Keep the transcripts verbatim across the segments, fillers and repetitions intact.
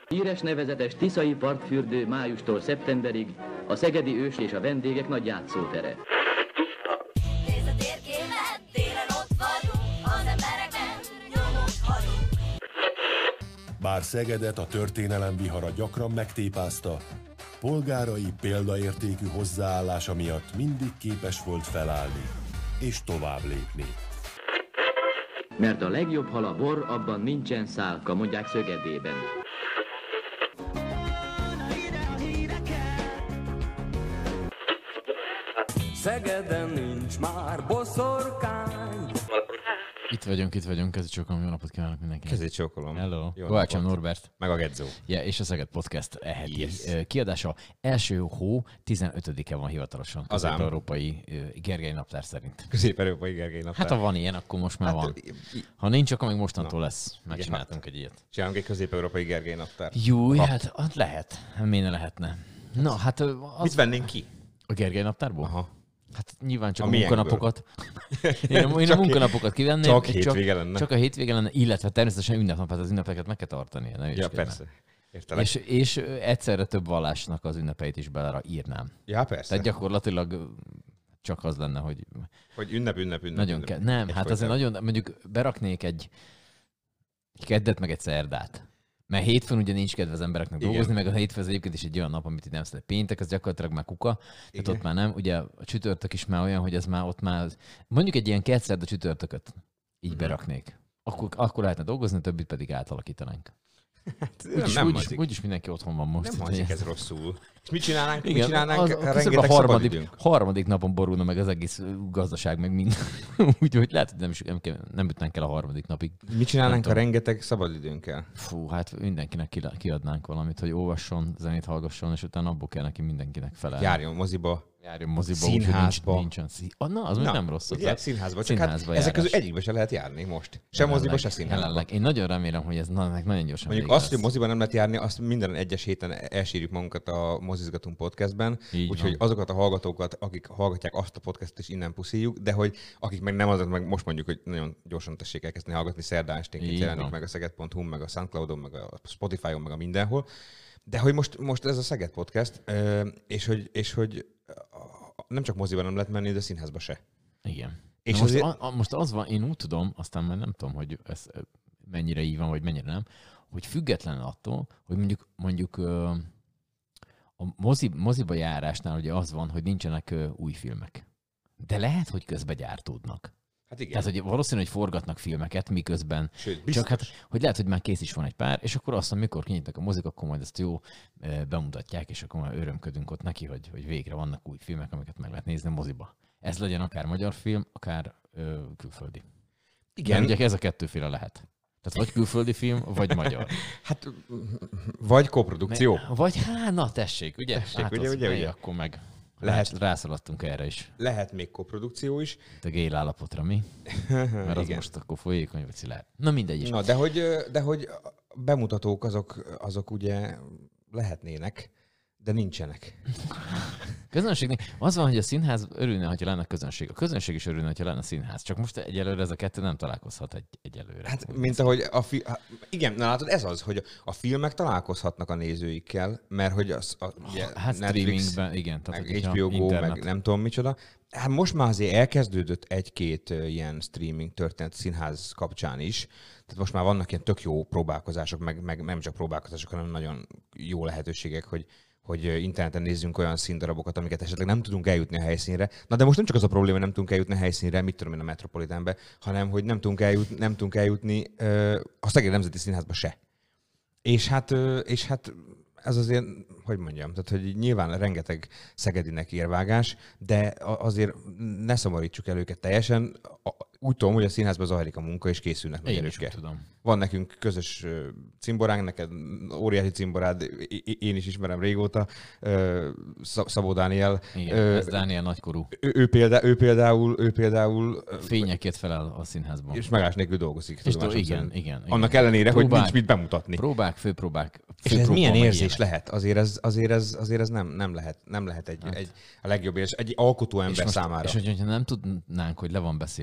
Híres nevezetes tiszai partfürdő májustól szeptemberig a szegedi ős és a vendégek nagy játszótere. Nézd a térképet, télen ott vagyunk, az embereknek nyomot hagyunk. Bár Szegedet a történelem vihara gyakran megtépázta, polgárai példaértékű hozzáállása miatt mindig képes volt felállni és tovább lépni. Mert a legjobb hal a bor, abban nincsen szálka, mondják Szögedében. Szegeden nincs már boszorkány. Itt vagyunk, itt vagyunk, kezdj csókolom, jó napot kívánok mindenkinek. Kezdj csókolom. Hello, Jó Kovácsom napot. Norbert. Meg a Gedzó. Yeah, és a Szeged Podcast eheti Yes. kiadása első hó tizenötödike van hivatalosan. Az ám. Közép-európai Gergely naptár szerint. Közép-európai Gergely naptár. Hát ha van ilyen, akkor most már Hát, van. i- i- Ha nincs, akkor még mostantól Na. lesz. Megcsináltunk egy ilyet. Csinálunk egy közép-európai Gergely naptár. Jó, Ha. hát hát lehet. Miért ne lehetne? Na, hát az... Mit vennénk ki? A Gergely naptárból? Aha. Hát nyilván csak A a, munkanapokat. Én a, én a Csak munkanapokat kivenném. csak és hétvége lenne. Csak a hétvége lenne, illetve természetesen ünnepnap, hát az ünnepeket meg kell tartani. Ne Ja, ügyeskedj persze. már. Értelek. És, és egyszerre több vallásnak az ünnepeit is bele írnám. Ja, persze. Tehát gyakorlatilag csak az lenne, hogy Hogy ünnep, ünnep, ünnep. nagyon ünnep. kell. Nem, Egy hát azért folytán. nagyon, mondjuk beraknék egy keddet meg egy szerdát. Mert hétfőn ugye nincs kedve az embereknek Igen. dolgozni, meg a hétfő az egyébként is egy olyan nap, amit itt nem szeret. Péntek, az gyakorlatilag már kuka, tehát Igen. ott már nem. Ugye a csütörtök is már olyan, hogy ez már ott már, mondjuk egy ilyen kedszerd a csütörtököt így Mhm. beraknék. Akkor, akkor lehetne dolgozni, többit pedig átalakítanánk. Hát, Úgyis, nem úgyis, hangzik. úgyis mindenki otthon van most. Nem Úgyhogy hangzik ez- ez rosszul. És mit csinálnánk? mit Igen, csinálnánk? az, az Rengeteg a harmadik, szabadidőnk. harmadik napon borulna meg az egész gazdaság, meg minden. Úgyhogy lehet, hogy nem, is, nem, kell- nem jutnánk el a harmadik napig. Mit csinálnánk Nem a tudom. rengeteg szabadidőnkkel? Fú, hát mindenkinek ki- kiadnánk valamit, hogy olvasson, zenét hallgasson, és utána abból kell neki mindenkinek felelni. Járjon moziba. Járjon moziba, Színházba. úgyhogy nincs, nincsen szí... ah, na, az még nem rossz. Ugye? Tehát Színházba. Csak színházba hát ezek közül járás. egyikbe se lehet járni most. Se moziba, se színházba. Jelenleg. Én nagyon remélem, hogy ez na, meg nagyon gyorsan Mondjuk vége azt, hogy lesz. moziban nem lehet járni, azt minden egyes héten elsírjuk magunkat a Mozizgatunk podcastben, Így úgyhogy van. azokat a hallgatókat, akik hallgatják azt a podcastot is innen puszíjuk, de hogy akik meg nem, azok meg most mondjuk, hogy nagyon gyorsan tessék elkezdeni hallgatni, szerdán esténként Így jelenik van. meg a szeged pont hu, meg a Soundcloudon, meg a Spotify-on, meg a mindenhol. De hogy most, most ez a Szeged podcast, ö, és hogy, és hogy nem csak moziban nem lehet menni, de színházba se. Igen. És És most, azért- a, a, most az van, én úgy tudom, aztán már nem tudom, hogy ez ö, mennyire így van, vagy mennyire nem, hogy független attól, hogy mondjuk, mondjuk ö, a mozi, moziba járásnál ugye az van, hogy nincsenek ö, új filmek. De lehet, hogy közben gyártódnak. Hát igen. Tehát, hogy valószínű, hogy forgatnak filmeket, miközben Sőt, biztos. csak hát, hogy lehet, hogy már kész is van egy pár, és akkor azt mondom, mikor kinyitnak a mozik, akkor majd ezt jó eh, bemutatják, és akkor már örömködünk ott neki, hogy, hogy végre vannak új filmek, amiket meg lehet nézni a moziba. Ez legyen akár magyar film, akár ö, külföldi. Igen. Igen. Ugye ez a kettőféle lehet. Tehát vagy külföldi film, vagy magyar. Hát, vagy koprodukció. Me- Vagy hát, na tessék, ugye? Tessék, hát ugye, az ugye, mely, ugye. Akkor meg Lehet. lehet. Rászaladtunk erre is. Lehet még koprodukció is. Itt a gél állapotra mi? Mert az Igen. most akkor folyékony vagy szilárd. Na mindegy is. Na, de hogy, de hogy a bemutatók azok, azok ugye lehetnének, de nincsenek. Közönségnek az van, hogy a színház örülne, hogyha lenne közönség. A közönség is örülne, hogyha lenne színház. Csak most egyelőre ez a kettő nem találkozhat egy, egyelőre. Hát, mint ahogy a fi- hát, igen, na látod, ez az, hogy a filmek találkozhatnak a nézőikkel, mert hogy az, a, ugye, Hát Netflix, streamingben, igen. Tehát, meg hogyha há bé o Go, internet. meg nem tudom micsoda. Hát most már azért elkezdődött egy-két ö, ilyen streaming történet színház kapcsán is. Tehát most már vannak ilyen tök jó próbálkozások, meg, meg nem csak próbálkozások, hanem nagyon jó lehetőségek, hogy hogy interneten nézzünk olyan színdarabokat, amiket esetleg nem tudunk eljutni a helyszínre. Na de most nem csak az a probléma, hogy nem tudunk eljutni a helyszínre, mit tudom én a Metropolitanbe, hanem hogy nem tudunk eljutni, nem tudunk eljutni ö, a Szegedi Nemzeti Színházba se. És hát, ö, és hát ez azért, hogy mondjam, tehát hogy nyilván rengeteg szegedinek érvágás, de a- azért ne szomorítsuk el őket teljesen. A- Úgy tudom, hogy a színházban zajlik a munka, és készülnek meg Én is úgy előtte. tudom. Van nekünk közös ö, cimboránk, neked óriási cimborád, é- é- én is ismerem régóta, ö, Sz- Szabó Dániel. Igen, Ö, ez Dániel nagykorú. Ő, ő, példa, ő például, ő például ö, Fényekért felel a színházban. és megállás nélkül dolgozik. És tudomásom igen, szerint. igen, igen. Annak ellenére, hogy Próbák. nincs mit bemutatni. Próbák, főpróbák. És ez főpróba, milyen meg érzés ilyenek. lehet? Azért ez, azért ez, azért ez nem, nem, lehet, nem lehet egy, Hát. egy, a legjobb érzés, egy alkotó ember és most, számára. És hogyha nem tudnánk, hogy le van beszélve, akkor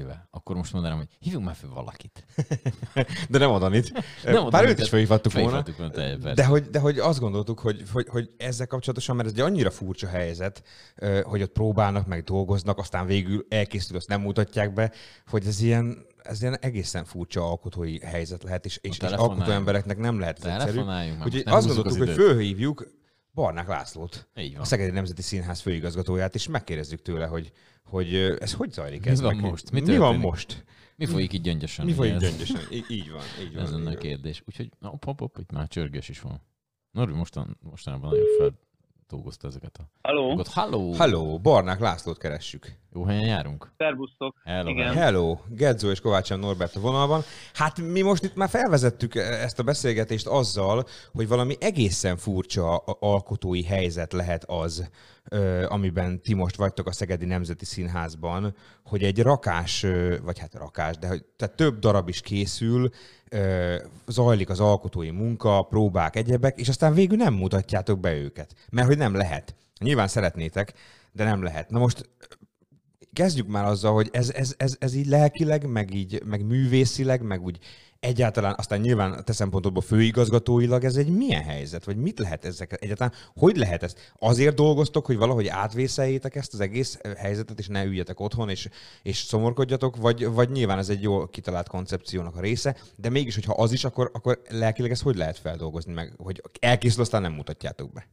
akkor most mondanám, hogy hívjunk már fel valakit. De nem Adanit. Nem Bár őt Adanit, is felhívhattuk volna. felhívhattuk volna, te- persze. De hogy, de hogy azt gondoltuk, hogy, hogy, hogy ezzel kapcsolatosan, mert ez egy annyira furcsa helyzet, ö, hogy ott próbálnak, meg dolgoznak, aztán végül elkészül, azt nem mutatják be, hogy ez ilyen, ez ilyen egészen furcsa alkotói helyzet lehet, és, és, és telefonáljunk. alkotó embereknek nem lehet ez egyszerű. Telefonáljunk már, Úgyhogy most ne azt húzzuk gondoltuk, az hogy időt. fölhívjuk Barnák Lászlót, Így van. a Szegedi Nemzeti Színház főigazgatóját, és megkérdezzük tőle, hogy, hogy ö, ez hogy zajlik. Mi ez van meg, most? Mi Mi, van történik? most? Mi folyik így gyöngyösen? Mi ugye folyik ez- gyöngyösen? Í- így van, így van. Ez lenne a így van. kérdés. Úgyhogy hopp, hopp, hopp, itt már csörgés is van. Norbi mostan, mostanában nagyon feltógozta ezeket a Halló, dolgokat. Halló! Halló, Barnák Lászlót keressük. Jó helyen járunk? szervusztok. Hello, Igen. Hello, Gedzó és Kovács Norbert a vonalban. Hát mi most itt már felvezettük ezt a beszélgetést azzal, hogy valami egészen furcsa alkotói helyzet lehet az, ö, amiben ti most vagytok a Szegedi Nemzeti Színházban, hogy egy rakás, ö, vagy hát rakás, de hogy, tehát több darab is készül, ö, zajlik az alkotói munka, próbák, egyebek, és aztán végül nem mutatjátok be őket, mert hogy nem lehet. Nyilván szeretnétek, de nem lehet. Na most kezdjük már azzal, hogy ez, ez, ez, ez így lelkileg, meg így, meg művészileg, meg úgy egyáltalán, aztán nyilván a te szempontodból főigazgatóilag ez egy milyen helyzet, vagy mit lehet ezek egyáltalán, hogy lehet ez? Azért dolgoztok, hogy valahogy átvészeljétek ezt az egész helyzetet, és ne üljetek otthon, és, és szomorkodjatok, vagy, vagy nyilván ez egy jól kitalált koncepciónak a része, de mégis, hogyha az is, akkor, akkor lelkileg ezt hogy lehet feldolgozni, meg hogy elkészül, aztán nem mutatjátok be?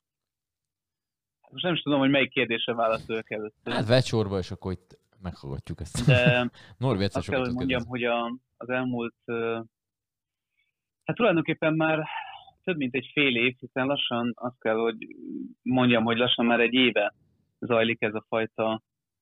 Most nem is tudom, hogy melyik kérdésre válaszoljak először. Hát vett sorba, és akkor itt meghallgatjuk ezt. De Norbi egyszer azt kell, sokat hogy tud mondjam, kérdezni. hogy a, az elmúlt, ö, hát tulajdonképpen már több mint egy fél év, hiszen lassan azt kell, hogy mondjam, hogy lassan már egy éve zajlik ez a fajta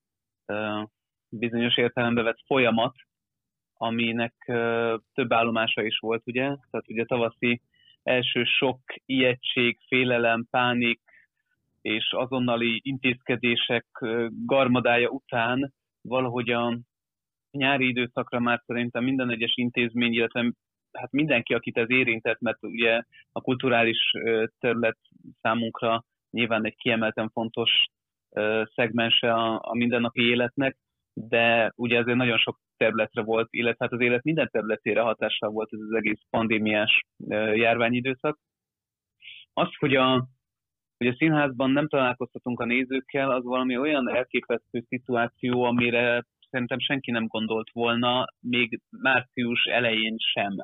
ö, bizonyos értelembe vett folyamat, aminek ö, több állomása is volt, ugye? Tehát ugye tavaszi első sok, ijegység, félelem, pánik, és azonnali intézkedések ö, garmadája után valahogy a nyári időszakra már szerintem minden egyes intézmény, illetve hát mindenki, akit ez érintett, mert ugye a kulturális ö, terület számunkra nyilván egy kiemelten fontos ö, szegmense a, a mindennapi életnek, de ugye ezért nagyon sok területre volt, illetve hát az élet minden területére hatással volt ez az egész pandémiás ö, járványidőszak. Az, hogy a hogy a színházban nem találkoztatunk a nézőkkel, az valami olyan elképesztő szituáció, amire szerintem senki nem gondolt volna, még március elején sem.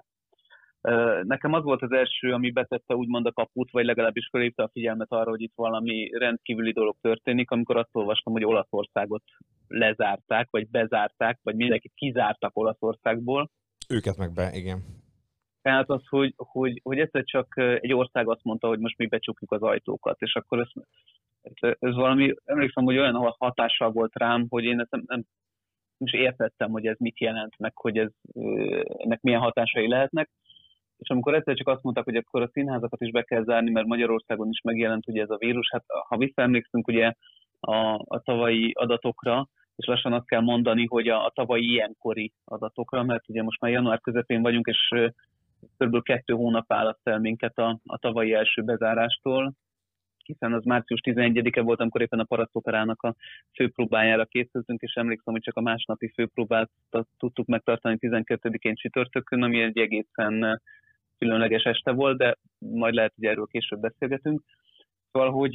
Nekem az volt az első, ami betette úgymond a kaput, vagy legalábbis felhívta a figyelmet arra, hogy itt valami rendkívüli dolog történik, amikor azt olvastam, hogy Olaszországot lezárták, vagy bezárták, vagy mindenkit kizártak Olaszországból. Őket meg be, igen. Tehát az, hogy, hogy, hogy egyszer csak egy ország azt mondta, hogy most mi becsukjuk az ajtókat, és akkor ez, ez valami, emlékszem, hogy olyan hatással volt rám, hogy én ezt nem, nem, nem is értettem, hogy ez mit jelent, meg hogy ez, ennek milyen hatásai lehetnek. És amikor egyszer csak azt mondták, hogy akkor a színházakat is be kell zárni, mert Magyarországon is megjelent ugye ez a vírus, hát ha visszaemlékszünk ugye a, a tavalyi adatokra, és lassan azt kell mondani, hogy a, a tavalyi ilyenkori adatokra, mert ugye most már január közepén vagyunk, és kb. kettő hónap választ el minket a, a tavalyi első bezárástól, hiszen az március tizenegyedike volt, amikor éppen a Parasztoperának a főpróbájára készültünk, és emlékszem, hogy csak a másnapi főpróbát tudtuk megtartani tizenkettedikén csütörtökön, ami egy egészen különleges este volt, de majd lehet, hogy erről később beszélgetünk. Szóval, hogy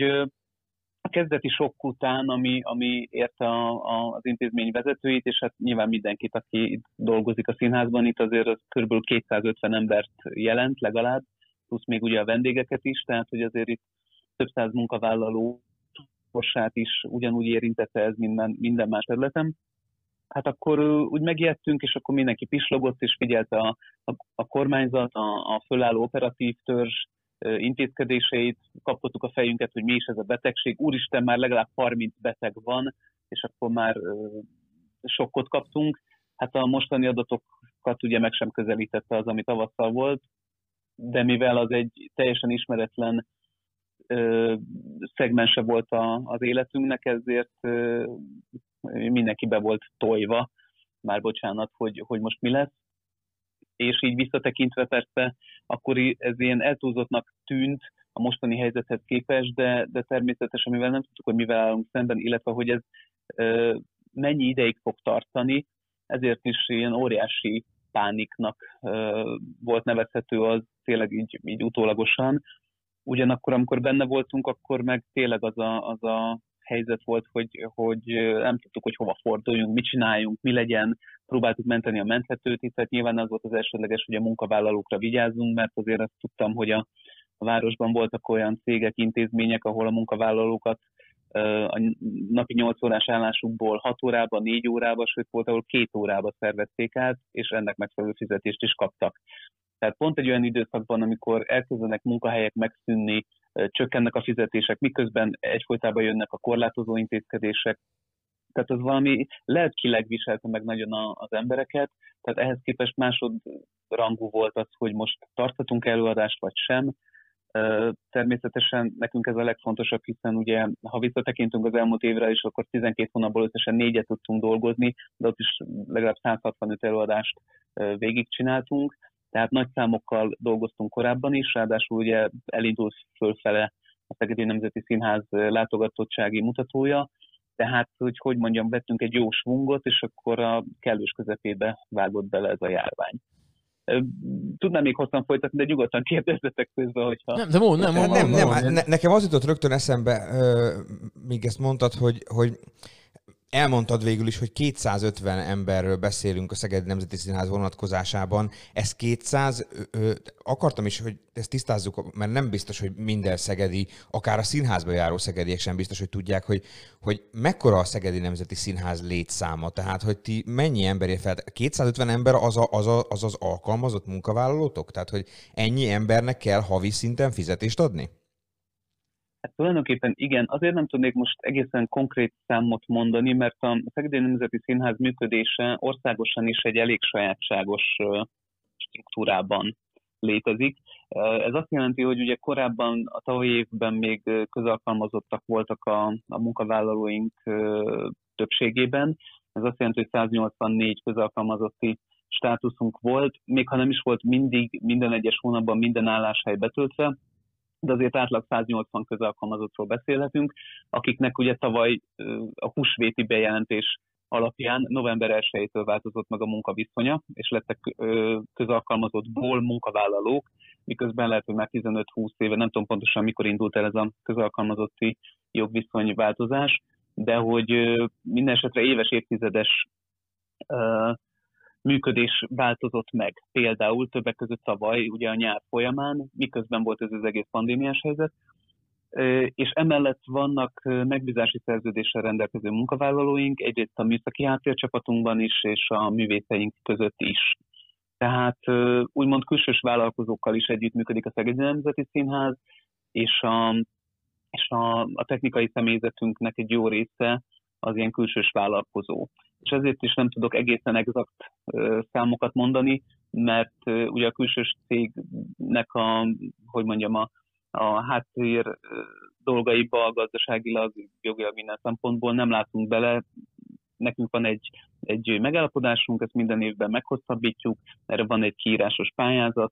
a kezdeti sok után, ami, ami érte a, a, az intézmény vezetőit, és hát nyilván mindenkit, aki itt dolgozik a színházban, itt azért az kb. kétszázötven embert jelent legalább, plusz még ugye a vendégeket is, tehát hogy azért itt több száz munkavállaló sorsát is ugyanúgy érintette ez minden, minden más területen. Hát akkor úgy megijedtünk, és akkor mindenki pislogott, és figyelte a, a, a kormányzat, a, a fölálló operatív törzs intézkedéseit, kapottuk a fejünket, hogy mi is ez a betegség. Úristen, már legalább harminc beteg van, és akkor már ö, sokkot kaptunk. Hát a mostani adatokat ugye meg sem közelítette az, ami tavasszal volt, de mivel az egy teljesen ismeretlen ö, szegmense volt a, az életünknek, ezért ö, mindenki be volt tojva, már bocsánat, hogy, hogy most mi lesz. És így visszatekintve persze, akkor ez ilyen eltúlzottnak tűnt a mostani helyzethez képest, de, de természetesen, mivel nem tudtuk, hogy mivel állunk szemben, illetve hogy ez ö, mennyi ideig fog tartani, ezért is ilyen óriási pániknak volt nevezhető az tényleg így, így utólagosan. Ugyanakkor, amikor benne voltunk, akkor meg tényleg az a, az a helyzet volt, hogy, hogy nem tudtuk, hogy hova forduljunk, mit csináljunk, mi legyen, próbáltuk menteni a menthetőt, tehát nyilván az volt az elsődleges, hogy a munkavállalókra vigyázzunk, mert azért azt tudtam, hogy a, a városban voltak olyan cégek, intézmények, ahol a munkavállalókat a napi nyolc órás állásukból hat órába, négy órába, sőt volt, ahol két órába szervezték át, és ennek megfelelő fizetést is kaptak. Tehát pont egy olyan időszakban, amikor elkezdenek munkahelyek megszűnni, csökkennek a fizetések, miközben egyfolytában jönnek a korlátozó intézkedések, tehát az valami lelkileg viselte meg nagyon az embereket, tehát ehhez képest másodrangú volt az, hogy most tarthatunk előadást, vagy sem. Természetesen nekünk ez a legfontosabb, hiszen ugye, ha visszatekintünk az elmúlt évre is, akkor tizenkét hónapból összesen négyet tudtunk dolgozni, de ott is legalább száz hatvanöt előadást végigcsináltunk, tehát nagy számokkal dolgoztunk korábban is, ráadásul ugye elindult fölfele a Szegedi Nemzeti Színház látogatottsági mutatója, tehát, hogy hogy mondjam, vettünk egy jó svungot, és akkor a kellős közepébe vágott bele ez a járvány. Tudnám még hosszan folytatni, de nyugodtan kérdezzetek közben, hogyha... Nem, de mond, nem, nem, nem, nem, nem, nem, ne, nekem az jutott rögtön eszembe, míg ezt mondtad, hogy, hogy elmondtad végül is, hogy kétszázötven emberről beszélünk a Szegedi Nemzeti Színház vonatkozásában. Ez kétszáz, ö, akartam is, hogy ezt tisztázzuk, mert nem biztos, hogy minden szegedi, akár a színházba járó szegediek sem biztos, hogy tudják, hogy, hogy mekkora a Szegedi Nemzeti Színház létszáma. Tehát, hogy ti mennyi ember ér fel? kétszázötven ember az, a, az, a, az az alkalmazott munkavállalótok? Tehát, hogy ennyi embernek kell havi szinten fizetést adni? Hát tulajdonképpen igen, azért nem tudnék most egészen konkrét számot mondani, mert a Szegedi Nemzeti Színház működése országosan is egy elég sajátságos struktúrában létezik. Ez azt jelenti, hogy ugye korábban a tavalyi évben még közalkalmazottak voltak a, a munkavállalóink többségében. Ez azt jelenti, hogy száznyolcvannégy közalkalmazotti státuszunk volt, még ha nem is volt mindig minden egyes hónapban minden álláshely betöltve, de azért átlag száznyolcvan közalkalmazottról beszélhetünk, akiknek ugye tavaly a húsvéti bejelentés alapján november elsejétől változott meg a munkaviszonya, és lettek közalkalmazottból munkavállalók, miközben lehet, hogy már tizenöt-húsz éve, nem tudom pontosan mikor indult el ez a közalkalmazotti jogviszonyváltozás, de hogy minden esetre éves, évtizedes működés változott meg. Például többek között tavaly, ugye a nyár folyamán, miközben volt ez az egész pandémiás helyzet, és emellett vannak megbízási szerződéssel rendelkező munkavállalóink, egyrészt a műszaki háttércsapatunkban is, és a művészeink között is. Tehát úgymond külsős vállalkozókkal is együttműködik a Szegedi Nemzeti Színház, és a, és a, a technikai személyzetünknek egy jó része az ilyen külsős vállalkozó. És ezért is nem tudok egészen exakt számokat mondani, mert ugye a külsős cégnek a, hogy mondjam, a, a háttér dolgaiba gazdaságilag, jogilag minden szempontból nem látunk bele. Nekünk van egy, egy megállapodásunk, ezt minden évben meghosszabbítjuk, erre van egy kiírásos pályázat,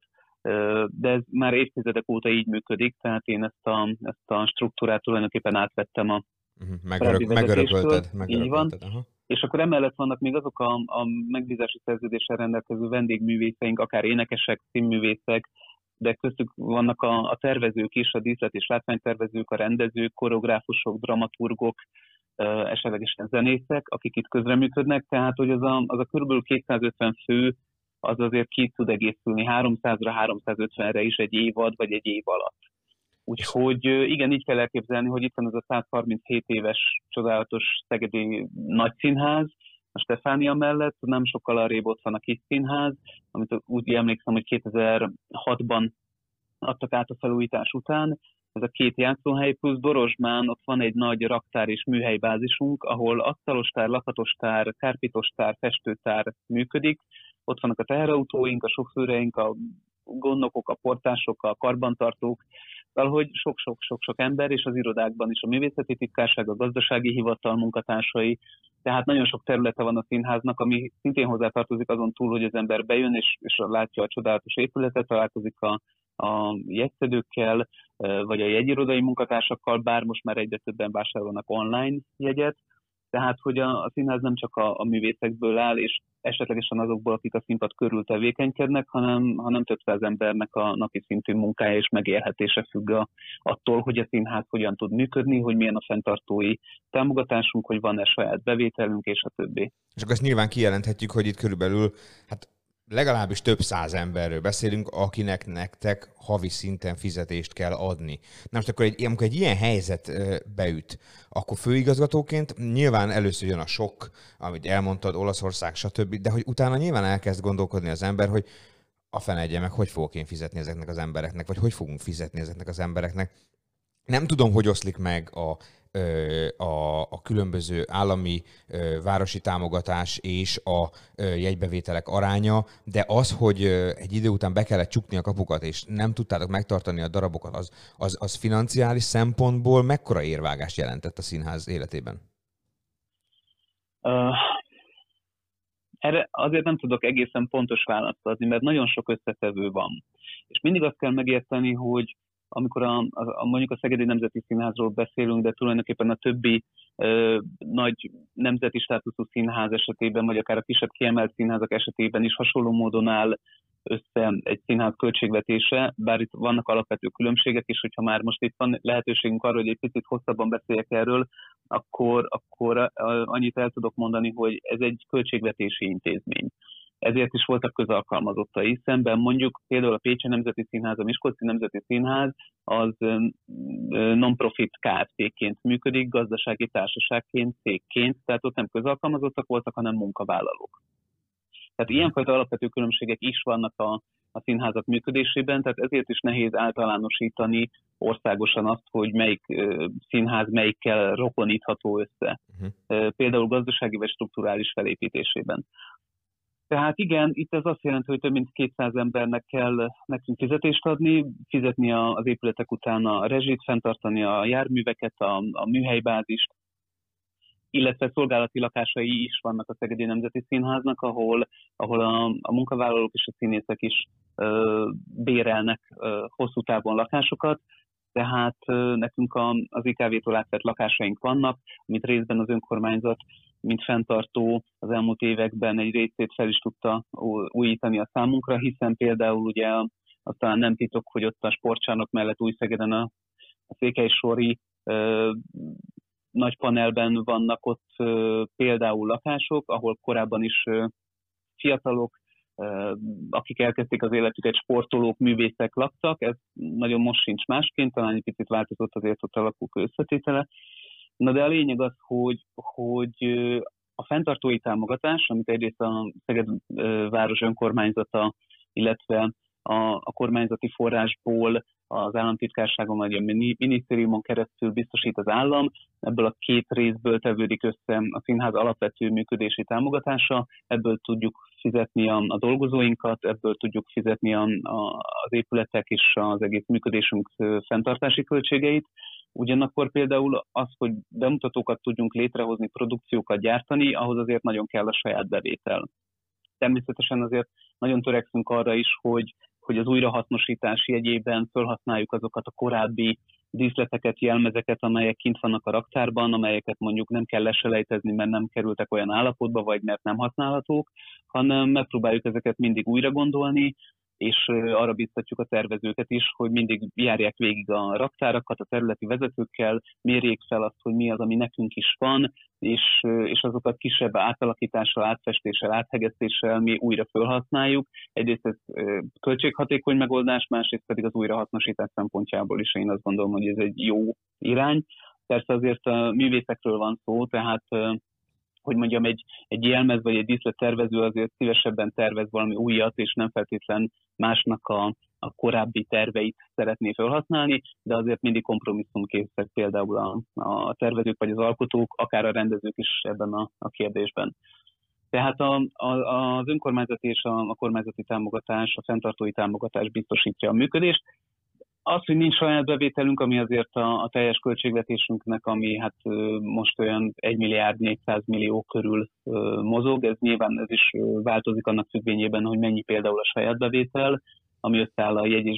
de ez már évtizedek óta így működik, tehát én ezt a, ezt a struktúrát tulajdonképpen átvettem a Megörök, megörökölted. Így van. Aha. És akkor emellett vannak még azok a, a megbízási szerződéssel rendelkező vendégművészeink, akár énekesek, színművészek, de köztük vannak a, a tervezők is, a díszlet- és látványtervezők, a rendezők, koreográfusok, dramaturgok, esetlegesen zenészek, akik itt közreműködnek, tehát hogy az a, az a kb. kétszázötven fő, az azért ki tud egészülni háromszázra, háromszázötvenre is egy évad, vagy egy év alatt. Úgyhogy igen, így kell elképzelni, hogy itt van ez a százharminchét éves csodálatos szegedi nagyszínház, a Stefánia mellett, nem sokkal arrébb ott van a kis színház, amit úgy emlékszem, hogy kétezer-hatban adtak át a felújítás után. Ez a két játszóhely plusz Dorozsmán ott van egy nagy raktár és műhelybázisunk, ahol asztalostár, lakatostár, kárpitostár, festőtár működik. Ott vannak a teherautóink, a sofőreink, a gondnokok, a portások, a karbantartók, valahogy sok-sok-sok ember, és az irodákban is a művészeti titkárság, a gazdasági hivatal munkatársai, tehát nagyon sok területe van a színháznak, ami szintén hozzátartozik azon túl, hogy az ember bejön, és, és látja a csodálatos épületet, találkozik a, a jegyszedőkkel, vagy a jegyirodai munkatársakkal, bár most már egyre többen vásárolnak online jegyet, Tehát, hogy a, a színház nem csak a, a művészekből áll, és esetlegesen azokból, akik a színpad körül tevékenykednek, hanem, hanem több száz embernek a napi szintű munkája és megélhetése függ a, attól, hogy a színház hogyan tud működni, hogy milyen a fenntartói támogatásunk, hogy van-e saját bevételünk, és a többi. És akkor ezt nyilván kijelenthetjük, hogy itt körülbelül hát legalábbis több száz emberről beszélünk, akinek nektek havi szinten fizetést kell adni. Na most akkor egy, amikor egy ilyen helyzet beüt, akkor főigazgatóként nyilván először jön a sok, amit elmondtad, Olaszország, stb., de hogy utána nyilván elkezd gondolkodni az ember, hogy a fenedje meg, hogy fogok én fizetni ezeknek az embereknek, vagy hogy fogunk fizetni ezeknek az embereknek. Nem tudom, hogy oszlik meg a A, a különböző állami városi támogatás és a jegybevételek aránya, de az, hogy egy idő után be kellett csukni a kapukat, és nem tudtátok megtartani a darabokat, az, az, az financiális szempontból mekkora érvágást jelentett a színház életében? Uh, erre azért nem tudok egészen pontos választ adni, mert nagyon sok összetevő van. És mindig azt kell megérteni, hogy amikor a, a, mondjuk a Szegedi Nemzeti Színházról beszélünk, de tulajdonképpen a többi ö, nagy nemzeti státuszú színház esetében, vagy akár a kisebb kiemelt színházak esetében is hasonló módon áll össze egy színház költségvetése, bár itt vannak alapvető különbségek is, hogyha már most itt van lehetőségünk arra, hogy egy picit hosszabban beszéljek erről, akkor, akkor annyit el tudok mondani, hogy ez egy költségvetési intézmény. Ezért is voltak közalkalmazottai. Szemben mondjuk például a Pécsi Nemzeti Színház, a Miskolci Nemzeti Színház az non-profit Kft-ként működik, gazdasági társaságként, cégként, tehát ott nem közalkalmazottak voltak, hanem munkavállalók. Tehát ilyenfajta alapvető különbségek is vannak a, a színházak működésében, tehát ezért is nehéz általánosítani országosan azt, hogy melyik uh, színház melyikkel rokonítható össze. Uh-huh. Uh, például gazdasági vagy strukturális felépítésében. Tehát igen, itt ez azt jelenti, hogy több mint kétszáz embernek kell nekünk fizetést adni, fizetni az épületek után a rezsit, fenntartani a járműveket, a, a műhelybázist, illetve szolgálati lakásai is vannak a Szegedi Nemzeti Színháznak, ahol, ahol a, a munkavállalók és a színészek is ö, bérelnek ö, hosszú távon lakásokat. Tehát ö, nekünk a, az i ká vé-től átvett lakásaink vannak, amit részben az önkormányzat, mint fenntartó az elmúlt években egy részét fel is tudta újítani a számunkra, hiszen például ugye azt talán nem titok, hogy ott a sportcsarnok mellett Újszegeden a, a Székelysori ö, nagy panelben vannak ott ö, például lakások, ahol korábban is ö, fiatalok, ö, akik elkezdték az életüket, sportolók, művészek laktak, ez nagyon most sincs másként, talán egy picit változott azért ott a lakók összetétele. Na de a lényeg az, hogy, hogy a fenntartói támogatás, amit egyrészt a Szeged város önkormányzata, illetve a, a kormányzati forrásból az államtitkárságon vagy a minisztériumon keresztül biztosít az állam, ebből a két részből tevődik össze a színház alapvető működési támogatása, ebből tudjuk fizetni a, a dolgozóinkat, ebből tudjuk fizetni a, a, az épületek és az egész működésünk fenntartási költségeit. Ugyanakkor például az, hogy bemutatókat tudjunk létrehozni, produkciókat gyártani, ahhoz azért nagyon kell a saját bevétel. Természetesen azért nagyon törekszünk arra is, hogy, hogy az újrahasznosítás jegyében felhasználjuk azokat a korábbi díszleteket, jelmezeket, amelyek kint vannak a raktárban, amelyeket mondjuk nem kell leselejtezni, mert nem kerültek olyan állapotba, vagy mert nem használhatók, hanem megpróbáljuk ezeket mindig újra gondolni, és arra biztatjuk a tervezőket is, hogy mindig járják végig a raktárakat a területi vezetőkkel, mérjék fel azt, hogy mi az, ami nekünk is van, és, és azokat kisebb átalakítással, átfestéssel, áthegesztéssel mi újra felhasználjuk. Egyrészt ez költséghatékony megoldás, másrészt pedig az újrahasznosítás szempontjából is én azt gondolom, hogy ez egy jó irány. Persze azért a művészekről van szó, tehát hogy mondjam, egy, egy jelmez vagy egy díszlettervező azért szívesebben tervez valami újat, és nem feltétlen másnak a, a korábbi terveit szeretné felhasználni, de azért mindig kompromisszumkészek például a, a tervezők vagy az alkotók, akár a rendezők is ebben a, a kérdésben. Tehát a, a, az önkormányzati és a, a kormányzati támogatás, a fenntartói támogatás biztosítja a működést. Az, hogy nincs saját bevételünk, ami azért a, a teljes költségvetésünknek, ami hát most olyan egy milliárd négyszáz millió körül mozog, ez nyilván ez is változik annak függvényében, hogy mennyi például a saját bevétel, ami összeáll a jegy- és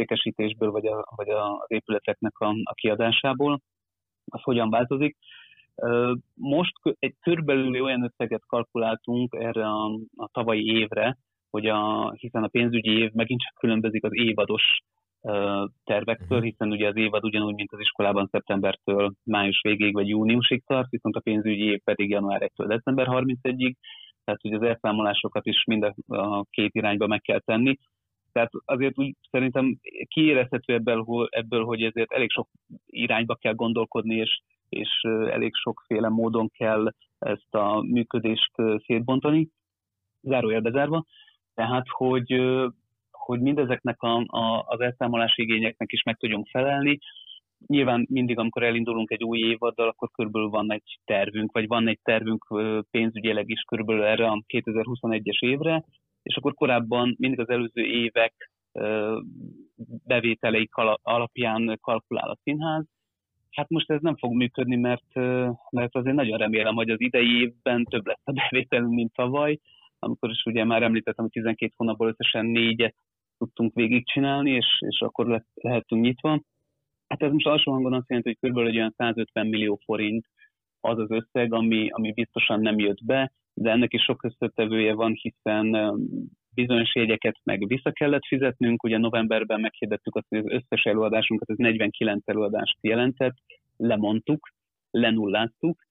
bérletértékesítésből, vagy, a, vagy az épületeknek a, a kiadásából, az hogyan változik. Most egy körülbelül olyan összeget kalkuláltunk erre a, a tavalyi évre, hogy a, hiszen a pénzügyi év megint csak különbözik az évados tervektől, hiszen ugye az évad ugyanúgy, mint az iskolában szeptembertől május végéig vagy júniusig tart, viszont a pénzügyi év pedig január elsejétől december harmincegyedikéig, tehát ugye az elszámolásokat is mind a két irányba meg kell tenni. Tehát azért úgy szerintem kiérezhető ebből, ebből, hogy ezért elég sok irányba kell gondolkodni, és, és elég sokféle módon kell ezt a működést szétbontani, zárójel bezárva. Tehát, hogy, hogy mindezeknek a, a, az elszámolási igényeknek is meg tudjunk felelni. Nyilván mindig, amikor elindulunk egy új évaddal, akkor körülbelül van egy tervünk, vagy van egy tervünk pénzügyileg is körülbelül erre a kétezer-huszonegyes évre, és akkor korábban mindig az előző évek bevételeik alapján kalkulál a színház. Hát most ez nem fog működni, mert, mert azért nagyon remélem, hogy az idei évben több lesz a bevételünk, mint tavaly, amikor is ugye már említettem, hogy tizenkét hónapból összesen négyet tudtunk végigcsinálni, és, és akkor lehetünk nyitva. Hát ez most alsó hangon azt jelenti, hogy körülbelül egy olyan százötven millió forint az az összeg, ami, ami biztosan nem jött be, de ennek is sok összetevője van, hiszen bizonyos jegyeket meg vissza kellett fizetnünk. Ugye novemberben meghirdettük azt, hogy az összes előadásunkat, ez negyvenkilenc előadást jelentett, lemondtuk, lenulláztuk,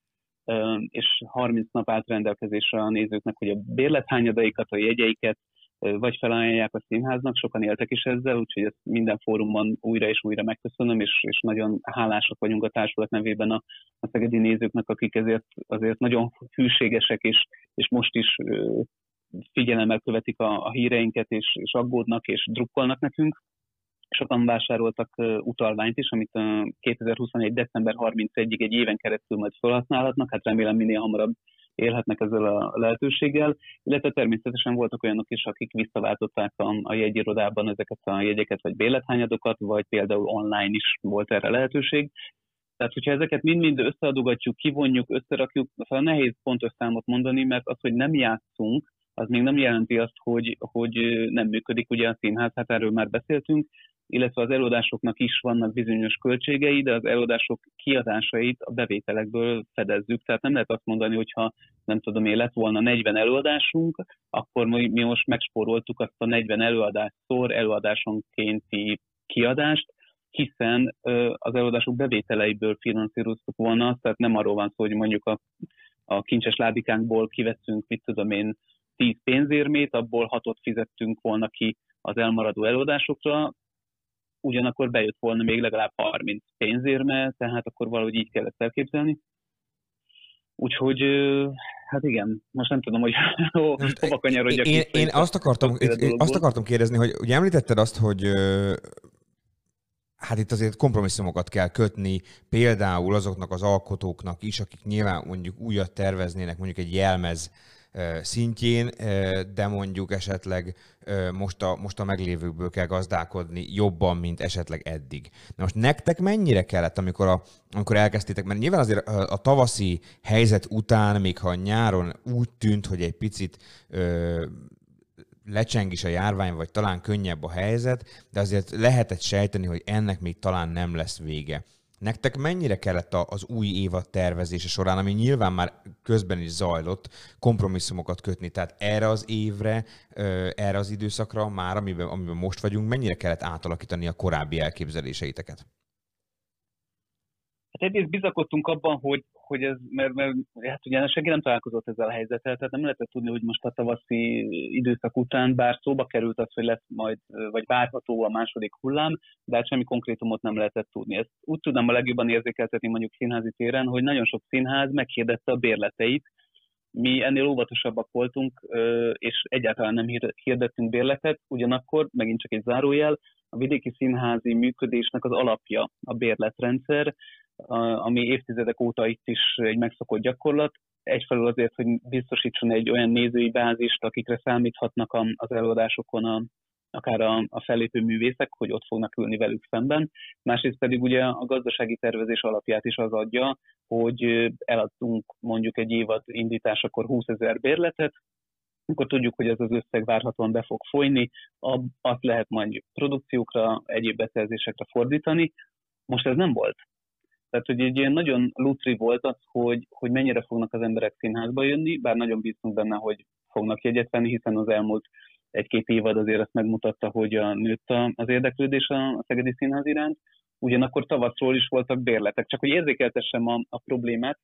és harminc nap állt rendelkezésre a nézőknek, hogy a bérlethányadaikat, a jegyeiket vagy felajánlják a színháznak, sokan éltek is ezzel, úgyhogy ezt minden fórumon újra és újra megköszönöm, és, és nagyon hálásak vagyunk a társulat nevében a, a szegedi nézőknek, akik ezért azért nagyon hűségesek, és, és most is figyelemmel követik a, a híreinket, és, és aggódnak, és drukkolnak nekünk. Sokan vásároltak utalványt is, amit kétezer-huszonegy. december harmincegyedikéig egy éven keresztül majd felhasználhatnak, hát remélem minél hamarabb élhetnek ezzel a lehetőséggel, illetve természetesen voltak olyanok is, akik visszaváltották a, a jegyirodában ezeket a jegyeket, vagy bérlethányadokat, vagy például online is volt erre lehetőség. Tehát, hogyha ezeket mind-mind összeadogatjuk, kivonjuk, összerakjuk, szóval nehéz pontos számot mondani, mert az, hogy nem játszunk, az még nem jelenti azt, hogy, hogy nem működik ugye a színház, hát erről már beszéltünk, illetve az előadásoknak is vannak bizonyos költségei, de az előadások kiadásait a bevételekből fedezzük. Tehát nem lehet azt mondani, hogyha nem tudom én, lett volna negyven előadásunk, akkor mi most megspóroltuk azt a negyven előadásszor előadásonkénti kiadást, hiszen az előadások bevételeiből finanszíroztuk volna, tehát nem arról van szó, hogy mondjuk a, a kincses ládikánkból kiveszünk, mit tudom én, tíz pénzérmét, abból hatot fizettünk volna ki az elmaradó előadásokra, ugyanakkor bejött volna még legalább harminc pénzérme, tehát akkor valahogy így kellett elképzelni. Úgyhogy, hát igen, most nem tudom, hogy hova kanyarodjak. Én, én, én azt, akartam, én azt akartam kérdezni, hogy ugye említetted azt, hogy hát itt azért kompromisszumokat kell kötni, például azoknak az alkotóknak is, akik nyilván mondjuk újat terveznének, mondjuk egy jelmez szintjén, de mondjuk esetleg most a, most a meglévőkből kell gazdálkodni jobban, mint esetleg eddig. Na most nektek mennyire kellett, amikor, a, amikor elkezdtétek, mert nyilván azért a, a tavaszi helyzet után, még ha nyáron úgy tűnt, hogy egy picit ö, lecseng is a járvány, vagy talán könnyebb a helyzet, de azért lehetett sejteni, hogy ennek még talán nem lesz vége. Nektek mennyire kellett az új évad tervezése során, ami nyilván már közben is zajlott, kompromisszumokat kötni, tehát erre az évre, erre az időszakra már, amiben, amiben most vagyunk, mennyire kellett átalakítani a korábbi elképzeléseiteket? Hát egyrészt bizakodtunk abban, hogy, hogy ez, mert, mert hát ugye senki nem találkozott ezzel a helyzettel, tehát nem lehetett tudni, hogy most a tavaszi időszak után, bár szóba került az, hogy lesz majd, vagy várható a második hullám, de hát semmi konkrétumot nem lehetett tudni. Ezt úgy tudom a legjobban érzékeltetni mondjuk színházi téren, hogy nagyon sok színház meghirdette a bérleteit. Mi ennél óvatosabbak voltunk, és egyáltalán nem hirdettünk bérletet, ugyanakkor, megint csak egy zárójel, a vidéki színházi működésnek az alapja a bérletrendszer, ami évtizedek óta itt is egy megszokott gyakorlat. Egyfelől azért, hogy biztosítson egy olyan nézői bázist, akikre számíthatnak az előadásokon a, akár a, a fellépő művészek, hogy ott fognak ülni velük szemben. Másrészt pedig ugye a gazdasági tervezés alapját is az adja, hogy eladtunk mondjuk egy évad indításakor húszezer bérletet, akkor tudjuk, hogy ez az összeg várhatóan be fog folyni, azt lehet majd produkciókra, egyéb beszerzésekre fordítani. Most ez nem volt. Tehát, hogy egy ilyen nagyon lutri volt az, hogy, hogy mennyire fognak az emberek színházba jönni, bár nagyon bíztunk benne, hogy fognak jegyet venni, hiszen az elmúlt egy-két évad azért azt megmutatta, hogy a nőtt az érdeklődés a Szegedi Színház iránt. Ugyanakkor tavaszról is voltak bérletek. Csak hogy érzékeltessem a, a problémát,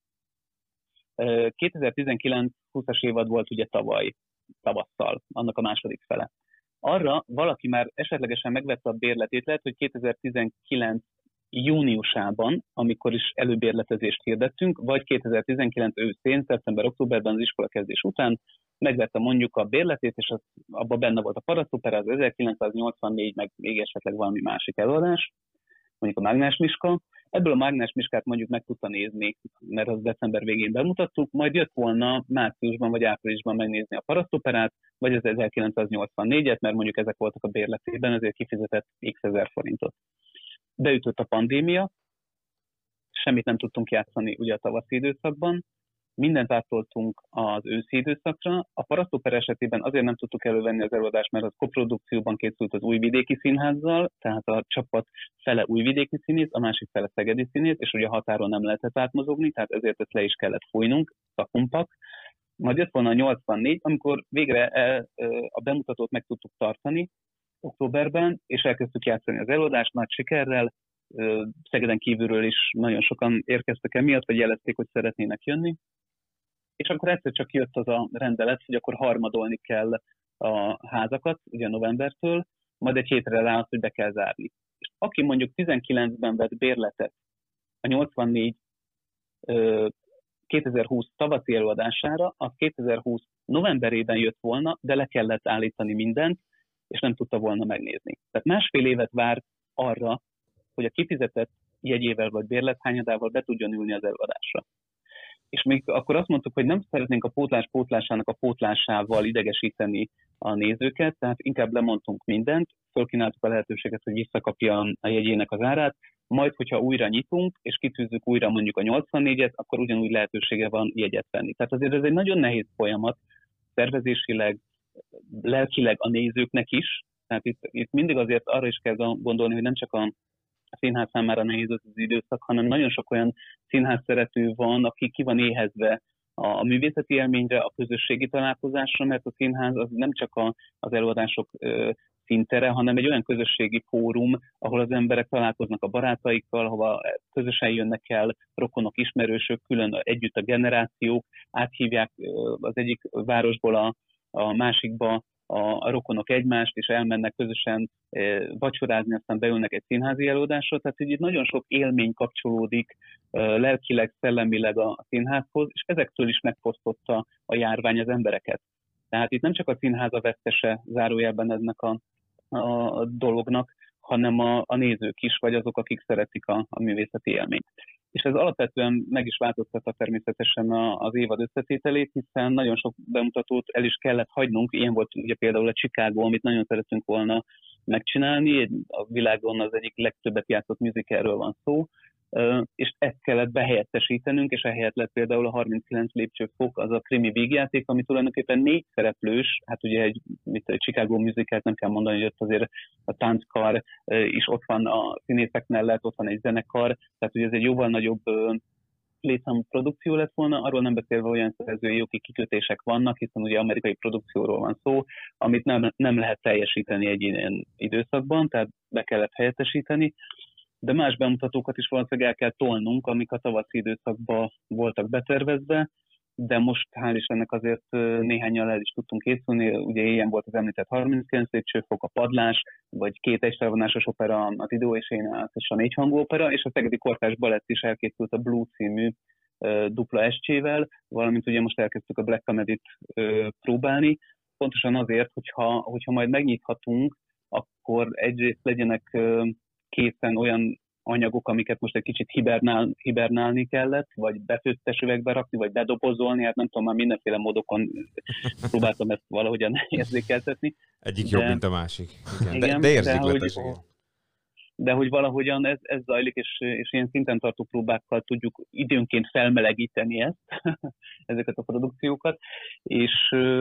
kétezer-tizenkilenc-húszas évad volt ugye tavaly, tavasszal, annak a második fele. Arra valaki már esetlegesen megvette a bérletét, lehet, hogy kétezer-tizenkilenc júniusában, amikor is előbérletezést hirdettünk, vagy kétezer-tizenkilenc őszén, szeptember-októberben az iskolakezdés után megvette mondjuk a bérletét, és az, abban benne volt a Parasztopera, az ezerkilencszáznyolcvannégy, meg még esetleg valami másik előadás, mondjuk a Mágnás Miska. Ebből a Mágnás Miskát mondjuk meg tudta nézni, mert az december végén bemutattuk, majd jött volna márciusban vagy áprilisban megnézni a Parasztoperát, vagy az ezerkilencszáznyolcvannégyet, mert mondjuk ezek voltak a bérletében, ezért kifizetett x ezer forintot. Beütött a pandémia, semmit nem tudtunk játszani ugye a tavaszi időszakban, mindent áttoltunk az őszi időszakra. A Parasztopera esetében azért nem tudtuk elővenni az előadást, mert az koprodukcióban készült az Újvidéki Színházzal, tehát a csapat fele újvidéki színész, a másik fele szegedi színész, és ugye a határon nem lehetett átmozogni, tehát ezért ezt le is kellett fújnunk, szakumpak. Majd jött volna a nyolcvannégy, amikor végre el, a bemutatót meg tudtuk tartani októberben, és elkezdtük játszani az előadást nagy sikerrel. Szegeden kívülről is nagyon sokan érkeztek emiatt, vagy jelezték, hogy szeretnének jönni. És akkor egyszer csak jött az a rendelet, hogy akkor harmadolni kell a házakat, ugye novembertől, majd egy hétre rá az, hogy be kell zárni. És aki mondjuk tizenkilencben vett bérletet a nyolcvannégy kétezer-húsz tavaszi előadására, az kétezer-húsz novemberében jött volna, de le kellett állítani mindent, és nem tudta volna megnézni. Tehát másfél évet várt arra, hogy a kifizetett jegyével vagy bérlethányadával be tudjon ülni az előadásra. És még akkor azt mondtuk, hogy nem szeretnénk a pótlás pótlásának a pótlásával idegesíteni a nézőket, tehát inkább lemondtunk mindent, fölkínáltuk a lehetőséget, hogy visszakapja a jegyének az árát, majd, hogyha újra nyitunk, és kitűzzük újra mondjuk a nyolcvannégyet, akkor ugyanúgy lehetősége van jegyet venni. Tehát azért ez egy nagyon nehéz folyamat, szervezésileg, lelkileg a nézőknek is, tehát itt, itt mindig azért arra is kell gondolni, hogy nem csak a a színház számára nehéz az időszak, hanem nagyon sok olyan színház szerető van, aki ki van éhezve a művészeti élményre, a közösségi találkozásra, mert a színház az nem csak a, az előadások ö, szintere, hanem egy olyan közösségi fórum, ahol az emberek találkoznak a barátaikkal, ahova közösen jönnek el rokonok, ismerősök, külön együtt a generációk, áthívják ö, az egyik városból a, a másikba a, a rokonok egymást, és elmennek közösen e, vacsorázni, aztán beülnek egy színházi előadásra. Tehát így nagyon sok élmény kapcsolódik e, lelkileg, szellemileg a, a színházhoz, és ezektől is megfosztotta a járvány az embereket. Tehát itt nem csak a színház a vesztese zárójelben ennek a, a dolognak, hanem a, a nézők is, vagy azok, akik szeretik a, a művészeti élményt. És ez alapvetően meg is változtatta természetesen a, az évad összetételét, hiszen nagyon sok bemutatót el is kellett hagynunk. Ilyen volt ugye például a Chicago, amit nagyon szeretünk volna megcsinálni. A világon az egyik legtöbbet játszott musicalről van szó, és ezt kellett behelyettesítenünk, és ehelyett lett például a harminckilenc lépcsőfok, az a krimi vígjáték, ami tulajdonképpen négy szereplős, hát ugye egy, mit, egy Chicago musicalt nem kell mondani, hogy ott azért a tánckar is ott van a színészek mellett, ott van egy zenekar, tehát ugye ez egy jóval nagyobb létszámú produkció lett volna, arról nem beszélve olyan szerzői jogi kikötések vannak, hiszen ugye amerikai produkcióról van szó, amit nem, nem lehet teljesíteni egy ilyen időszakban, tehát be kellett helyettesíteni. De más bemutatókat is valószínűleg el kell tolnunk, amik a tavaszi időszakban voltak betervezve, de most hál' Istennek azért néhányan el is tudtunk készülni. Ugye ilyen volt az említett harminckilenc lépcsőfok, a Padlás, vagy két egyfelvonásos opera, a Tidó és én, és a négyhangú opera, és a Szegedi Kortárs Balett is elkészült a Blue című dupla escsével, valamint ugye most elkezdtük a Black Comedy-t próbálni, pontosan azért, hogyha, hogyha majd megnyithatunk, akkor egyrészt legyenek készen olyan anyagok, amiket most egy kicsit hibernál, hibernálni kellett, vagy befőttes üvegbe rakni, vagy bedobozolni, hát nem tudom, már mindenféle módokon próbáltam ezt valahogyan érzékeltetni. Egyik de, jobb, mint a másik. Igen, igen, de, de érzékletes. De hogy, de hogy valahogyan ez, ez zajlik, és, és ilyen szinten tartó próbákkal tudjuk időnként felmelegíteni ezt, ezeket a produkciókat, és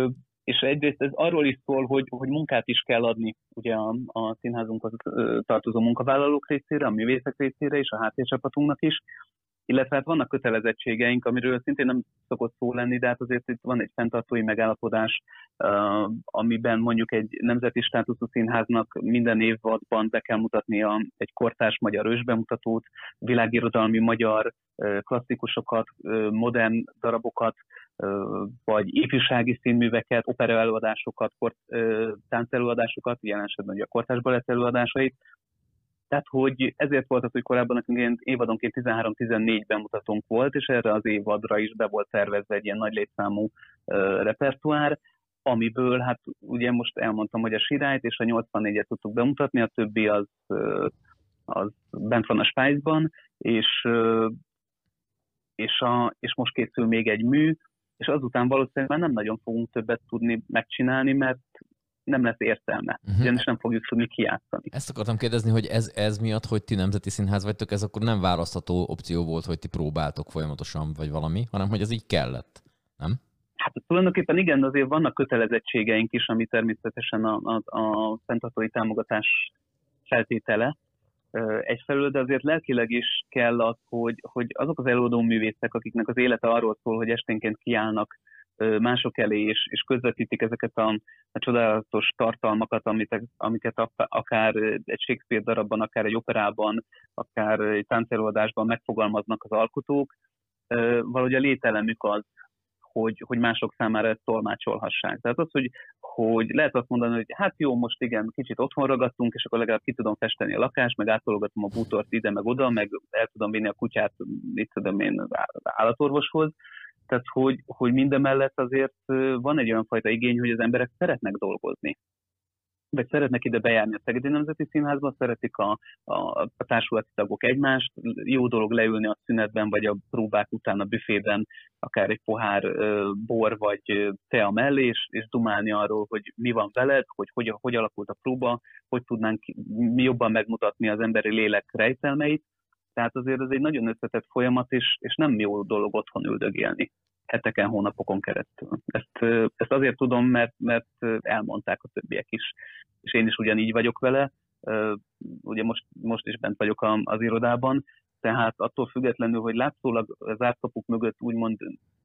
és egyrészt ez arról is szól, hogy, hogy munkát is kell adni ugye a, a színházunkhoz tartozó munkavállalók részére, a művészek részére és a háttércsapatunknak is, illetve hát vannak kötelezettségeink, amiről szintén nem szokott szó lenni, de hát azért itt van egy fenntartói megállapodás, uh, amiben mondjuk egy nemzeti státuszú színháznak minden évadban be kell mutatnia egy kortárs magyar ősbemutatót, világirodalmi magyar uh, klasszikusokat, uh, modern darabokat, uh, vagy ifjúsági színműveket, operaelőadásokat, kort, uh, táncelőadásokat, jelen esetben ugye a kortárs balett előadásait. Tehát, hogy ezért volt az, hogy korábban nekünk évadonként tizenhárom-tizennégy bemutatónk volt, és erre az évadra is be volt tervezve egy ilyen nagy létszámú uh, repertoár, amiből, hát ugye most elmondtam, hogy a Sirályt és a nyolcvannégyet tudtuk bemutatni, a többi az, uh, az bent van a Svájcban, és, uh, és, a, és most készül még egy mű, és azután valószínűleg már nem nagyon fogunk többet tudni megcsinálni, mert nem lesz értelme, uh-huh. ugyanis nem fogjuk tudni kijátszani. Ezt akartam kérdezni, hogy ez, ez miatt, hogy ti nemzeti színház vagytok, ez akkor nem választható opció volt, hogy ti próbáltok folyamatosan, vagy valami, hanem hogy ez így kellett, nem? Hát tulajdonképpen igen, azért vannak kötelezettségeink is, ami természetesen a, a, a fenntartói támogatás feltétele egyfelől, de azért lelkileg is kell az, hogy, hogy azok az előadó művészek, akiknek az élete arról szól, hogy esténként kiállnak mások elé, és, és közvetítik ezeket a, a csodálatos tartalmakat, amit, amiket akár egy Shakespeare darabban, akár egy operában, akár egy táncelőadásban megfogalmaznak az alkotók. Valahogy a lételemük az, hogy, hogy mások számára ezt tolmácsolhassák. Tehát az, hogy, hogy lehet azt mondani, hogy hát jó, most igen, kicsit otthon ragadtunk, és akkor legalább ki tudom festeni a lakást, meg átologatom a bútort ide, meg oda, meg el tudom vinni a kutyát, mit tudom én, állatorvoshoz. Tehát, hogy, hogy mindemellett azért van egy olyan fajta igény, hogy az emberek szeretnek dolgozni. Vagy szeretnek ide bejárni a Szegedi Nemzeti Színházba, szeretik a, a, a társulati tagok egymást, jó dolog leülni a szünetben, vagy a próbák után a büfében, akár egy pohár ö, bor, vagy tea mellé, és, és dumálni arról, hogy mi van veled, hogy hogy, hogy alakult a próba, hogy tudnánk jobban megmutatni az emberi lélek rejtelmeit. Tehát azért ez egy nagyon összetett folyamat, és, és nem jó dolog otthon üldögélni heteken, hónapokon keresztül. Ezt, ezt azért tudom, mert, mert elmondták a többiek is, és én is ugyanígy vagyok vele. Ugye most, most is bent vagyok az irodában, tehát attól függetlenül, hogy látszólag az árkapuk mögött úgymond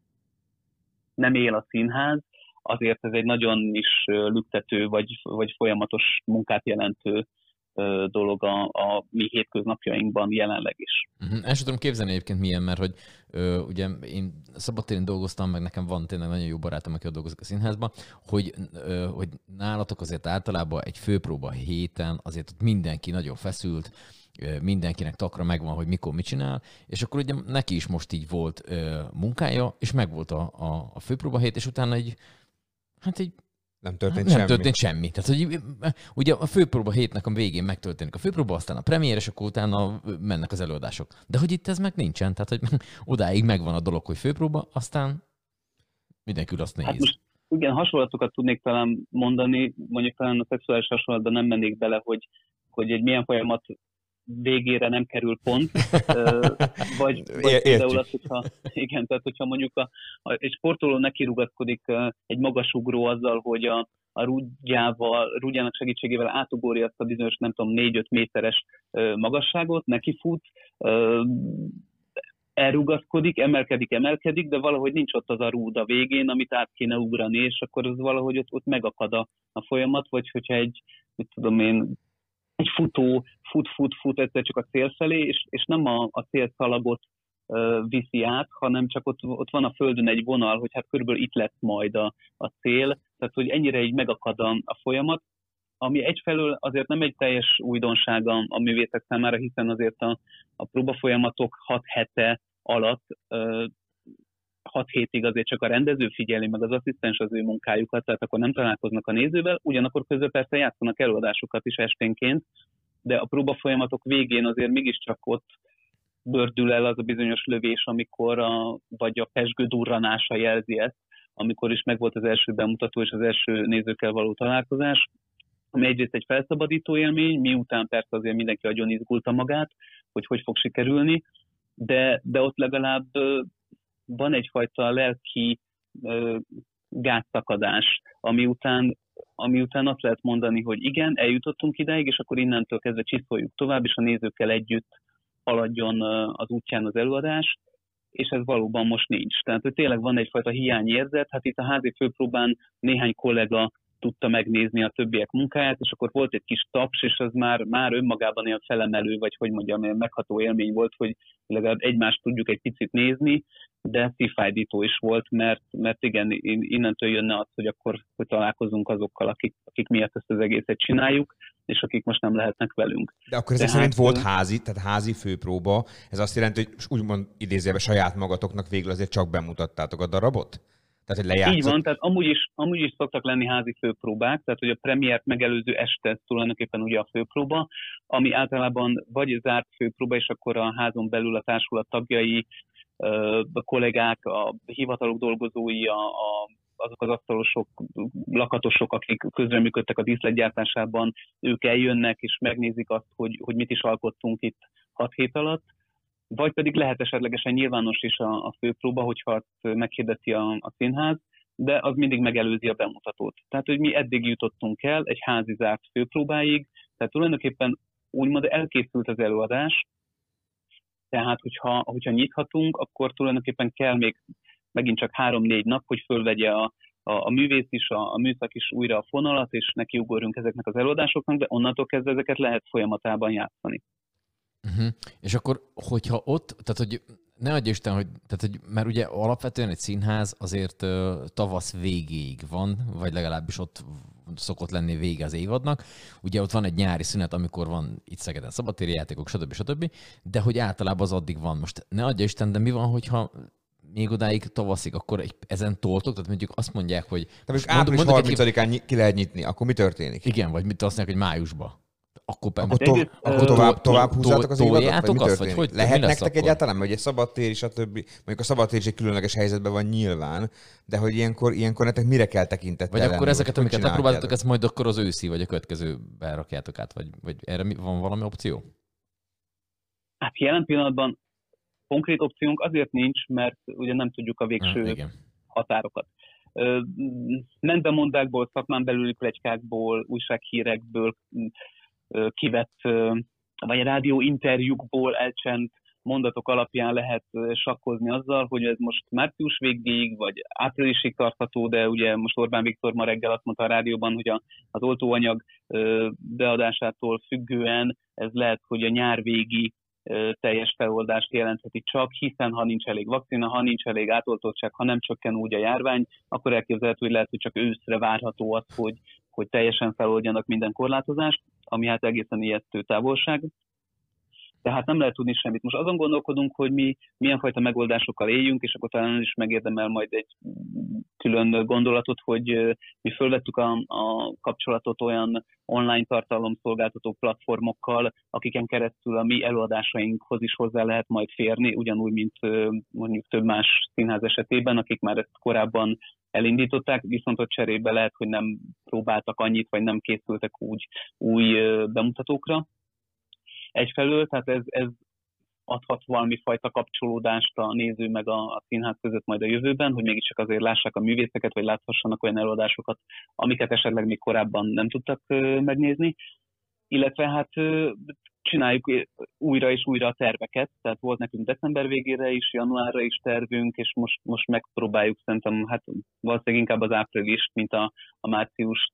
nem él a színház, azért ez egy nagyon is lüktető, vagy, vagy folyamatos munkát jelentő dolog a, a mi hétköznapjainkban jelenleg is. Uh-huh. El sem tudom képzelni egyébként milyen, mert hogy ö, ugye én szabadtéren dolgoztam, meg nekem van tényleg nagyon jó barátom, aki ott dolgozik a színházban, hogy, ö, hogy nálatok azért általában egy főpróba héten azért ott mindenki nagyon feszült, mindenkinek takra megvan, hogy mikor mit csinál, és akkor ugye neki is most így volt ö, munkája, és megvolt a, a, a főpróba hét, és utána egy, hát egy Nem történt nem semmi. történt semmi. Tehát, hogy ugye a főpróba hétnek a végén megtörténik a főpróba, aztán a premier, és akkor utána mennek az előadások. De hogy itt ez meg nincsen, tehát hogy odáig megvan a dolog, hogy főpróba, aztán mindenki azt néz. Hát most igen, hasonlatokat tudnék talán mondani, mondjuk talán a szexuális hasonlatban nem mennék bele, hogy, hogy egy milyen folyamat végére nem kerül pont, vagy, vagy például az, hogyha, igen, tehát hogyha mondjuk a, a, egy sportoló nekirugaszkodik egy magasugró azzal, hogy a, a rúdjával, rúdjának segítségével átugorja azt a bizonyos, nem tudom, négy-öt méteres magasságot, nekifut, elrugaszkodik, emelkedik, emelkedik, de valahogy nincs ott az a rúd a végén, amit át kéne ugrani, és akkor az valahogy ott, ott megakad a, a folyamat, vagy hogyha egy, mit tudom én, egy futó fut, fut, fut egyszer csak a cél felé, és, és nem a, a célszalagot uh, viszi át, hanem csak ott, ott van a földön egy vonal, hogy hát körülbelül itt lesz majd a, a cél, tehát hogy ennyire így megakad a, a folyamat, ami egyfelől azért nem egy teljes újdonság a, a művészek számára, hiszen azért a, a próbafolyamatok hat hete alatt uh, hat hétig azért csak a rendező figyeli, meg az asszisztens az ő munkájukat, tehát akkor nem találkoznak a nézővel, ugyanakkor közben persze játszanak előadásokat is esténként, de a próbafolyamatok végén azért mégiscsak ott bördül el az a bizonyos lövés, amikor a, vagy a pezsgő durranása jelzi ezt, amikor is megvolt az első bemutató és az első nézőkkel való találkozás, ami egyrészt egy felszabadító élmény, miután persze azért mindenki agyon izgulta magát, hogy hogy fog sikerülni, de, de ott legalább van egyfajta lelki gátszakadás, ami után, ami után azt lehet mondani, hogy igen, eljutottunk ideig, és akkor innentől kezdve csiszoljuk tovább, és a nézőkkel együtt haladjon az útján az előadás, és ez valóban most nincs. Tehát, hogy tényleg van egyfajta hiányérzet, hát itt a házi főpróbán néhány kollega tudta megnézni a többiek munkáját, és akkor volt egy kis taps, és az már, már önmagában ilyen felemelő, vagy hogy mondjam, olyan megható élmény volt, hogy legalább egymást tudjuk egy picit nézni, de szívfájdító is volt, mert, mert igen, innentől jönne az, hogy akkor hogy találkozunk azokkal, akik, akik miatt ezt az egészet csináljuk, és akik most nem lehetnek velünk. De akkor ezek Tehát, szerint volt házi, tehát házi főpróba, ez azt jelenti, hogy úgymond idézőjelben saját magatoknak végül azért csak bemutattátok a darabot? Tehát, hogy lejátszott... Így van, tehát amúgy is, amúgy is szoktak lenni házi főpróbák, tehát hogy a premiért megelőző este tulajdonképpen ugye a főpróba, ami általában vagy zárt főpróba, és akkor a házon belül a társulat tagjai, a kollégák, a hivatalok dolgozói, a, a, azok az asztalosok, lakatosok, akik közreműködtek a díszletgyártásában, ők eljönnek és megnézik azt, hogy, hogy mit is alkottunk itt hat hét alatt. Vagy pedig lehet esetlegesen nyilvános is a, a főpróba, hogyha azt meghirdeti a, a színház, de az mindig megelőzi a bemutatót. Tehát, hogy mi eddig jutottunk el egy házi zárt főpróbáig, tehát tulajdonképpen úgymond elkészült az előadás, tehát, hogyha, hogyha nyithatunk, akkor tulajdonképpen kell még megint csak három-négy nap, hogy fölvegye a, a, a művész is, a, a műszak is újra a fonalat, és nekiugorjunk ezeknek az előadásoknak, de onnantól kezdve ezeket lehet folyamatában játszani. Uh-huh. És akkor, hogyha ott, tehát hogy ne adj Isten, hogy, tehát, hogy, mert ugye alapvetően egy színház azért uh, tavasz végéig van, vagy legalábbis ott szokott lenni vége az évadnak. Ugye ott van egy nyári szünet, amikor van itt Szegeden szabadtéri játékok, stb. stb. De hogy általában az addig van. Most ne adj Isten, de mi van, hogyha még odáig tavaszig, akkor egy, ezen toltok? Tehát mondjuk azt mondják, hogy... Tehát április harmincadikán ki lehet nyitni, akkor mi történik? Igen, vagy mit azt mondják, hogy májusban. Akkor, akkor, to, egész, akkor tovább, tovább húzzátok az évadot? Vagy mi azt, történik? vagy hogy, Lehet mi nektek akkor? egyáltalán, hogy egy szabadtér és a többi, mondjuk a szabadtér is egy különleges helyzetben van nyilván, de hogy ilyenkor, ilyenkor nektek mire kell tekintettel Vagy akkor lenni, ezeket, hogy amiket megpróbáltatok, ezt majd akkor az őszi, vagy a következő berakjátok át, vagy, vagy erre van valami opció? Hát jelen pillanatban konkrét opciónk azért nincs, mert ugye nem tudjuk a végső ah, igen. határokat. Mendemondákból, szakmán belüli pletykákból, újsághírekből kivett, vagy rádió interjúkból elcsent mondatok alapján lehet sakkozni azzal, hogy ez most március végéig, vagy áprilisig tartható, de ugye most Orbán Viktor ma reggel azt mondta a rádióban, hogy a, az oltóanyag beadásától függően ez lehet, hogy a nyár végi teljes feloldást jelentheti csak, hiszen ha nincs elég vakcina, ha nincs elég átoltottság, ha nem csökken úgy a járvány, akkor elképzelhető, hogy lehet, hogy csak őszre várható az, hogy, hogy teljesen feloldjanak minden korlátozást, ami hát egészen ijesztő távolság. Tehát nem lehet tudni semmit. Most azon gondolkodunk, hogy mi milyen fajta megoldásokkal éljünk, és akkor talán is megérdemel majd egy külön gondolatot, hogy mi fölvettük a, a kapcsolatot olyan online tartalomszolgáltató platformokkal, akiken keresztül a mi előadásainkhoz is hozzá lehet majd férni, ugyanúgy, mint mondjuk több más színház esetében, akik már ezt korábban elindították, viszont ott cserébe lehet, hogy nem próbáltak annyit, vagy nem készültek úgy új bemutatókra. Egyfelől, tehát ez, ez adhat valami fajta kapcsolódást a néző meg a, a színház között majd a jövőben, hogy mégiscsak azért lássák a művészeket, vagy láthassanak olyan előadásokat, amiket esetleg még korábban nem tudtak megnézni. Illetve hát csináljuk újra és újra a terveket, tehát volt nekünk december végére is, januárra is tervünk, és most, most megpróbáljuk szerintem, hát valószínűleg inkább az áprilist, mint a, a márciust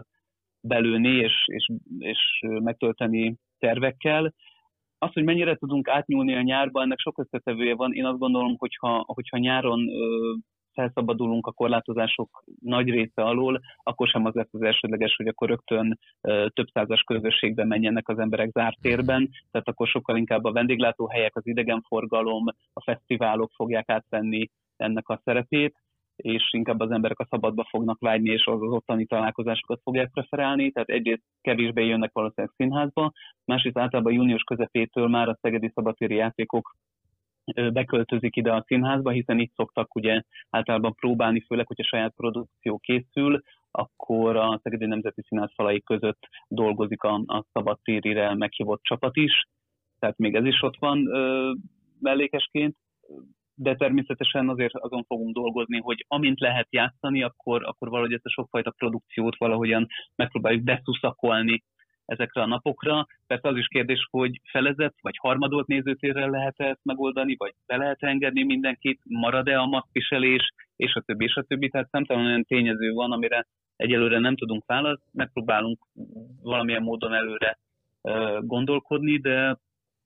belőni és, és, és megtölteni tervekkel. Az, hogy mennyire tudunk átnyúlni a nyárba, ennek sok összetevője van. Én azt gondolom, hogyha, hogyha nyáron ö, felszabadulunk a korlátozások nagy része alól, akkor sem az lesz az elsődleges, hogy akkor rögtön ö, több százas közösségben menjenek az emberek zárt térben, tehát akkor sokkal inkább a vendéglátóhelyek, az idegenforgalom, a fesztiválok fogják átvenni ennek a szerepét, és inkább az emberek a szabadba fognak vágyni, és az, az ottani találkozásokat fogják preferálni, tehát egyrészt kevésbé jönnek valószínűleg színházba, másrészt általában június közepétől már a szegedi szabadtéri játékok beköltözik ide a színházba, hiszen itt szoktak ugye általában próbálni, főleg, hogyha saját produkció készül, akkor a Szegedi Nemzeti Színház falai között dolgozik a, a szabadtérire meghívott csapat is, tehát még ez is ott van ö, mellékesként. de természetesen azért azon fogunk dolgozni, hogy amint lehet játszani, akkor, akkor valahogy ezt a sokfajta produkciót valahogyan megpróbáljuk beszuszakolni ezekre a napokra. Persze az is kérdés, hogy felezett vagy harmadolt nézőtérrel lehet ezt megoldani, vagy be lehet engedni mindenkit, marad-e a maszkviselés, és a többi, és a többi. Tehát számtalan olyan tényező van, amire egyelőre nem tudunk választ, megpróbálunk valamilyen módon előre gondolkodni, de,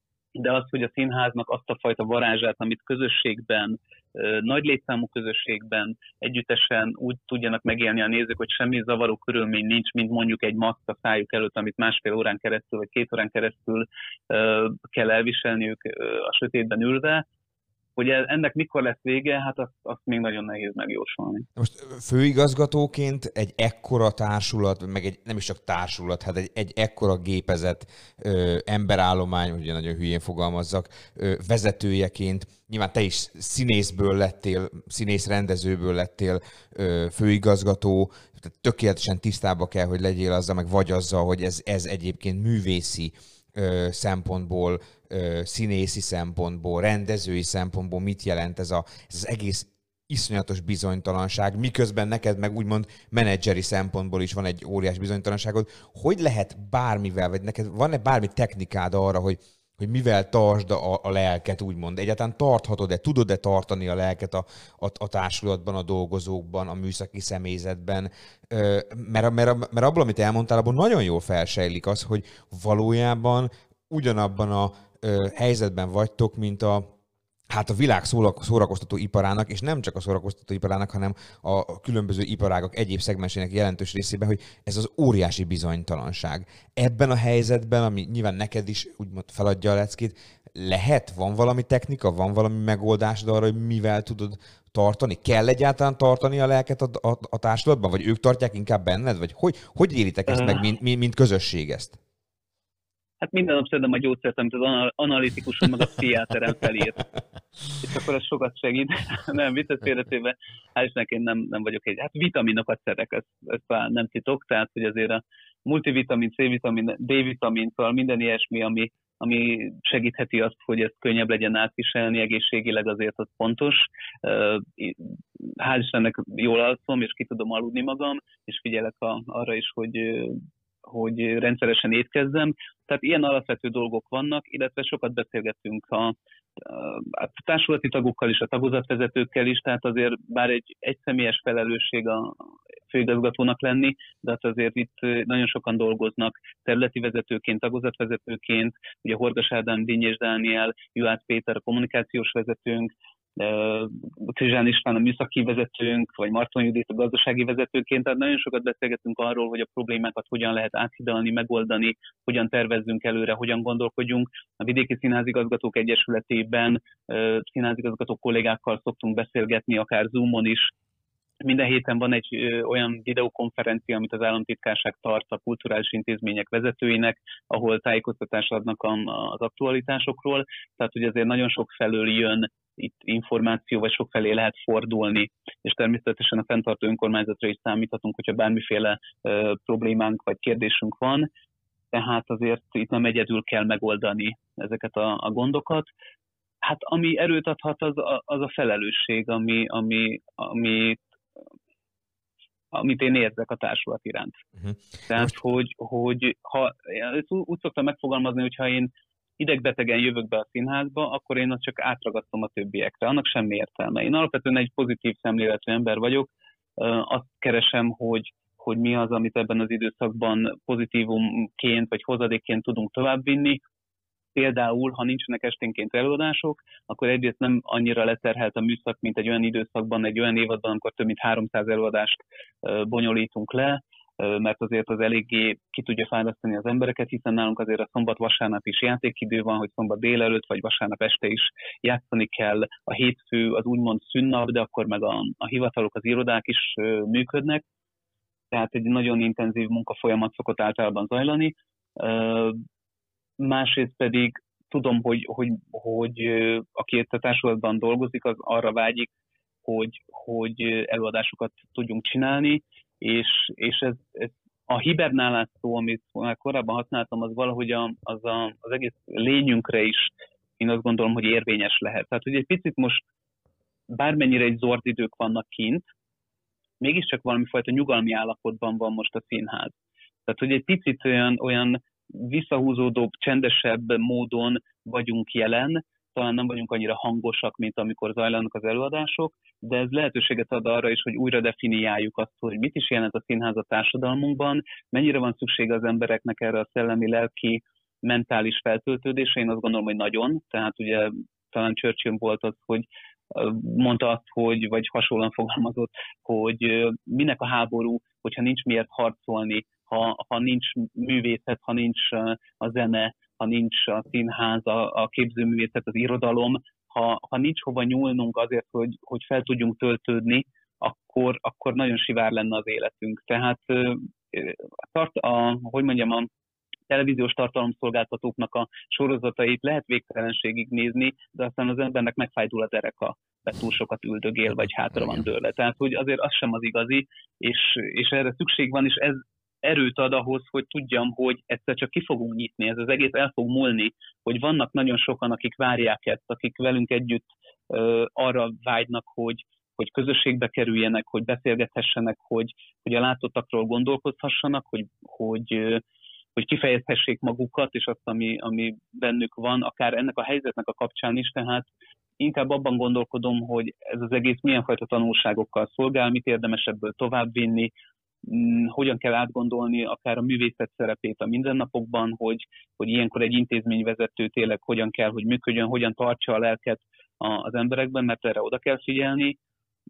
de az, hogy a színháznak azt a fajta varázsát, amit közösségben, nagy létszámú közösségben együttesen úgy tudjanak megélni a nézők, hogy semmi zavaró körülmény nincs, mint mondjuk egy maszk a szájuk előtt, amit másfél órán keresztül, vagy két órán keresztül kell elviselniük a sötétben ülve. Hogy ennek mikor lesz vége, hát azt, azt még nagyon nehéz megjósolni. Most főigazgatóként egy ekkora társulat, meg egy nem is csak társulat, hát egy, egy ekkora gépezet ö, emberállomány, ugye nagyon hülyén fogalmazzak, ö, vezetőjeként, nyilván te is színészből lettél, színész-rendezőből lettél ö, főigazgató, tehát tökéletesen tisztába kell, hogy legyél azzal, meg vagy azzal, hogy ez, ez egyébként művészi szempontból, színészi szempontból, rendezői szempontból mit jelent ez, a, ez az egész iszonyatos bizonytalanság, miközben neked meg úgymond menedzseri szempontból is van egy óriás bizonytalanságod. Hogy lehet bármivel, vagy neked van-e bármi technikád arra, hogy, hogy mivel tartsd a, a lelket, úgymond? Egyáltalán tarthatod-e, tudod-e tartani a lelket a, a, a társulatban, a dolgozókban, a műszaki személyzetben? Mert, mert, mert abból, amit elmondtál, abból nagyon jól felsejlik az, hogy valójában ugyanabban a ö, helyzetben vagytok, mint a hát a világ szórakoztató iparának, és nem csak a szórakoztató iparának, hanem a különböző iparágak egyéb szegmensének jelentős részében, hogy ez az óriási bizonytalanság. Ebben a helyzetben, ami nyilván neked is úgymond feladja a leckét, lehet, van valami technika, van valami megoldásod arra, hogy mivel tudod tartani? Kell egyáltalán tartani a lelket a, a, a társulatban? Vagy ők tartják inkább benned? Vagy hogy, hogy élitek ezt meg, mint, mint közösség ezt? Hát minden nap szedem a gyógyszert, amit az analitikuson meg a pszichiáterem felírt. És akkor ez sokat segít. Nem, vicces félretéve, hál' Istennek én nem, nem vagyok egy... Hát vitaminokat szedek, ezt, ezt nem titok, tehát hogy azért a multivitamin, C-vitamin, D-vitamin, szóval minden ilyesmi, ami, ami segítheti azt, hogy ezt könnyebb legyen átviselni, egészségileg azért az fontos. Hál' Istennek jól alszom, és ki tudom aludni magam, és figyelek a, arra is, hogy hogy rendszeresen étkezzem. Tehát ilyen alapvető dolgok vannak, illetve sokat beszélgettünk a, a társulati tagokkal is, a tagozatvezetőkkel is, tehát azért bár egy egyszemélyes felelősség a főigazgatónak lenni, de hát azért itt nagyon sokan dolgoznak területi vezetőként, tagozatvezetőként, ugye Horgas Ádám, Dinnyés Dániel, Juhász Péter a kommunikációs vezetőnk, Krizsán István a műszaki vezetőnk, vagy Marton Judit a gazdasági vezetőként, tehát nagyon sokat beszélgetünk arról, hogy a problémákat hogyan lehet áthidalni, megoldani, hogyan tervezzünk előre, hogyan gondolkodjunk. A Vidéki Színházigazgatók Egyesületében színházigazgató kollégákkal szoktunk beszélgetni, akár Zoomon is. Minden héten van egy ö, olyan videokonferencia, amit az államtitkárság tart a kulturális intézmények vezetőinek, ahol tájékoztatást adnak a, az aktualitásokról. Tehát, hogy azért nagyon sok felől jön itt információ, vagy sok felé lehet fordulni, és természetesen a fenntartó önkormányzatra is számíthatunk, hogyha bármiféle ö, problémánk vagy kérdésünk van. Tehát azért itt nem egyedül kell megoldani ezeket a, a gondokat. Hát ami erőt adhat, az a, az a felelősség, ami, ami, ami amit én érzek a társulat iránt. Uh-huh. Tehát, Most... hogy, hogy ha, úgy szoktam megfogalmazni, hogyha én idegbetegen jövök be a színházba, akkor én azt csak átragadtam a többiekre. Annak semmi értelme. Én alapvetően egy pozitív szemléletű ember vagyok. Azt keresem, hogy, hogy mi az, amit ebben az időszakban pozitívumként vagy hozadékként tudunk továbbvinni. Például, ha nincsenek esténként előadások, akkor egyrészt nem annyira leterhelt a műszak, mint egy olyan időszakban, egy olyan évadban, amikor több mint háromszáz előadást bonyolítunk le, mert azért az eléggé ki tudja fárasztani az embereket, hiszen nálunk azért a szombat-vasárnap is játékidő van, hogy szombat délelőtt vagy vasárnap este is játszani kell. A hétfő az úgymond szünnap, de akkor meg a, a hivatalok, az irodák is működnek. Tehát egy nagyon intenzív munkafolyamat szokott általában zajlani. Másrészt pedig tudom, hogy, hogy, hogy aki itt a társulatban dolgozik, az arra vágyik, hogy, hogy előadásokat tudjunk csinálni, és, és ez, ez a hibernálás szó, amit már korábban használtam, az valahogy a, az, a, az egész lényünkre is, én azt gondolom, hogy érvényes lehet. Tehát, hogy egy picit most bármennyire egy zord idők vannak kint, mégiscsak valami fajta nyugalmi állapotban van most a színház. Tehát, hogy egy picit olyan, olyan visszahúzódóbb, csendesebb módon vagyunk jelen, talán nem vagyunk annyira hangosak, mint amikor zajlanak az előadások, de ez lehetőséget ad arra is, hogy újra definiáljuk azt, hogy mit is jelent a színház a társadalmunkban, mennyire van szüksége az embereknek erre a szellemi, lelki, mentális feltöltődésre. Én azt gondolom, hogy nagyon. Tehát ugye talán Churchill volt az, hogy mondta azt, hogy, vagy hasonlóan fogalmazott, hogy minek a háború, hogyha nincs miért harcolni, ha, ha nincs művészet, ha nincs a zene, ha nincs a színház, a, a képzőművészet, az irodalom, ha, ha nincs hova nyúlnunk azért, hogy, hogy fel tudjunk töltődni, akkor, akkor nagyon sivár lenne az életünk. Tehát tart a, hogy mondjam, a televíziós tartalomszolgáltatóknak a sorozatait lehet végtelenségig nézni, de aztán az embernek megfájdul a dereka, mert túl sokat üldögél, vagy hátra van tőle. Tehát, hogy azért az sem az igazi, és, és erre szükség van, és ez erőt ad ahhoz, hogy tudjam, hogy egyszer csak ki fogunk nyitni, ez az egész el fog múlni, hogy vannak nagyon sokan, akik várják ezt, akik velünk együtt uh, arra vágynak, hogy, hogy közösségbe kerüljenek, hogy beszélgethessenek, hogy, hogy a látottakról gondolkozhassanak, hogy, hogy, uh, hogy kifejezhessék magukat, és azt, ami, ami bennük van, akár ennek a helyzetnek a kapcsán is, tehát inkább abban gondolkodom, hogy ez az egész milyen fajta tanulságokkal szolgál, mit érdemes ebből továbbvinni, hogyan kell átgondolni akár a művészet szerepét a mindennapokban, hogy, hogy ilyenkor egy intézményvezető tényleg hogyan kell, hogy működjön, hogyan tartsa a lelket az emberekben, mert erre oda kell figyelni.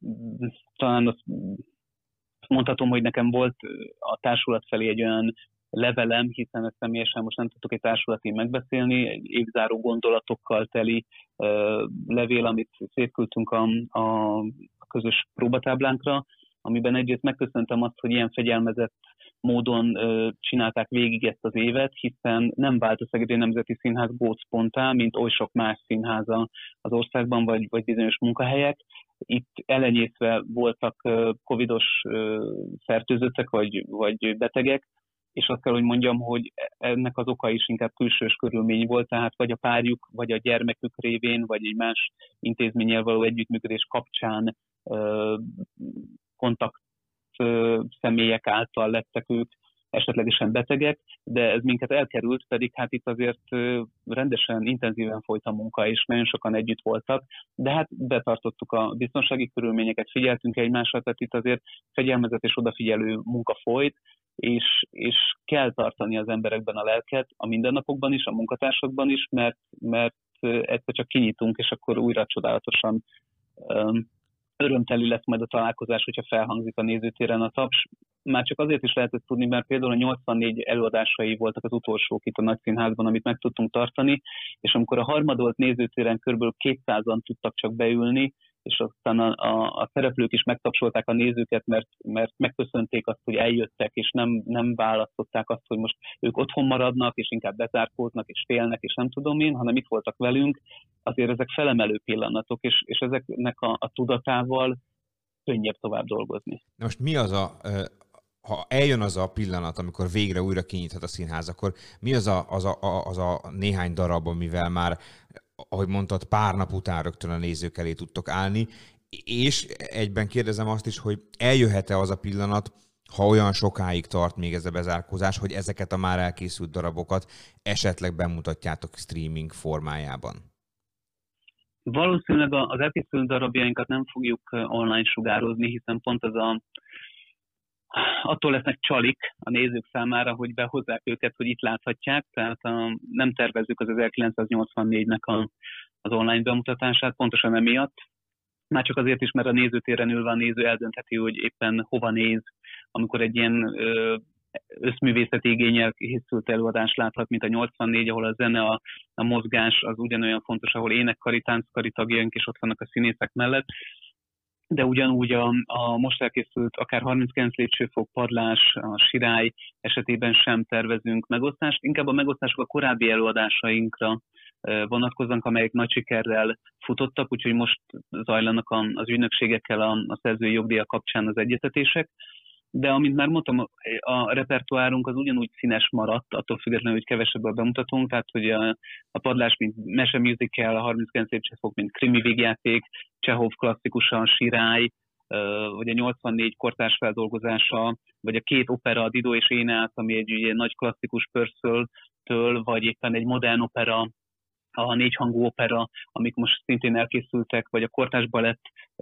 Talán azt mondhatom, hogy nekem volt a társulat felé egy olyan levelem, hiszen ezt személyesen most nem tudtuk egy társulati megbeszélni, egy évzáró gondolatokkal teli uh, levél, amit szétküldtünk a, a közös próbatáblánkra, amiben egyrészt megköszöntem azt, hogy ilyen fegyelmezett módon ö, csinálták végig ezt az évet, hiszen nem vált a Szegedi Nemzeti Színház gócponttá, mint oly sok más színháza az országban, vagy, vagy bizonyos munkahelyek. Itt elenyészve voltak ö, covidos ö, fertőzöttek, vagy, vagy betegek, és azt kell, hogy mondjam, hogy ennek az oka is inkább külsős körülmény volt, tehát vagy a párjuk, vagy a gyermekük révén, vagy egy más intézménnyel való együttműködés kapcsán ö, kontakt személyek által lettek ők esetlegesen betegek, de ez minket elkerült, pedig hát itt azért rendesen, intenzíven folyt a munka, és nagyon sokan együtt voltak, de hát betartottuk a biztonsági körülményeket, figyeltünk egymásra, tehát itt azért fegyelmezett és odafigyelő munka folyt, és, és kell tartani az emberekben a lelket, a mindennapokban is, a munkatársakban is, mert, mert egyszer csak kinyitunk, és akkor újra csodálatosan um, örömteli lesz majd a találkozás, hogyha felhangzik a nézőtéren a taps. Már csak azért is lehet ezt tudni, mert például a nyolcvannégy előadásai voltak az utolsók itt a Nagyszínházban, amit meg tudtunk tartani, és amikor a harmadolt nézőtéren kb. kétszázan tudtak csak beülni, és aztán a, a, a szereplők is megtapsolták a nézőket, mert, mert megköszönték azt, hogy eljöttek, és nem, nem választották azt, hogy most ők otthon maradnak, és inkább bezárkóznak, és félnek, és nem tudom én, hanem itt voltak velünk. Azért ezek felemelő pillanatok, és, és ezeknek a, a tudatával könnyebb tovább dolgozni. Most mi az a... ha eljön az a pillanat, amikor végre újra kinyithat a színház, akkor mi az a, az a, az a néhány darab, amivel már, ahogy mondtad, pár nap után rögtön a nézők elé tudtok állni, és egyben kérdezem azt is, hogy eljöhet-e az a pillanat, ha olyan sokáig tart még ez a bezárkózás, hogy ezeket a már elkészült darabokat esetleg bemutatjátok streaming formájában? Valószínűleg az elkészült darabjainkat nem fogjuk online sugározni, hiszen pont ez a attól lesznek csalik a nézők számára, hogy behozzák őket, hogy itt láthatják, tehát a, nem tervezzük az ezerkilencszáznyolcvannégynek a, az online bemutatását, pontosan emiatt. Már csak azért is, mert a nézőtéren ülve a néző eldöntheti, hogy éppen hova néz, amikor egy ilyen ö, összművészeti igénnyel készült előadás láthat, mint a nyolcvannégy, ahol a zene, a, a mozgás az ugyanolyan fontos, ahol énekkari, tánckari tagjaink is ott vannak a színészek mellett. De ugyanúgy a, a most elkészült akár harminckilenc lépcsőfok, padlás, a sirály esetében sem tervezünk megosztást. Inkább a megosztások a korábbi előadásainkra vonatkoznak, amelyek nagy sikerrel futottak, úgyhogy most zajlanak az ügynökségekkel a, a szerzői jogdíjak kapcsán az egyetetések. de amint már mondtam, a repertoárunk az ugyanúgy színes maradt, attól függetlenül, hogy kevesebbet bemutatunk, tehát hogy a, a padlás, mint mese musical, a harminckilenc év Csehov, mint krimi végjáték, Csehov klasszikusan, Sirály, vagy a nyolcvannégy kortárs feldolgozása, vagy a két opera, Dido és Éneász, ami egy ugye, nagy klasszikus Purcell-től, vagy éppen egy modern opera, a négyhangú opera, amik most szintén elkészültek, vagy a kortárs balett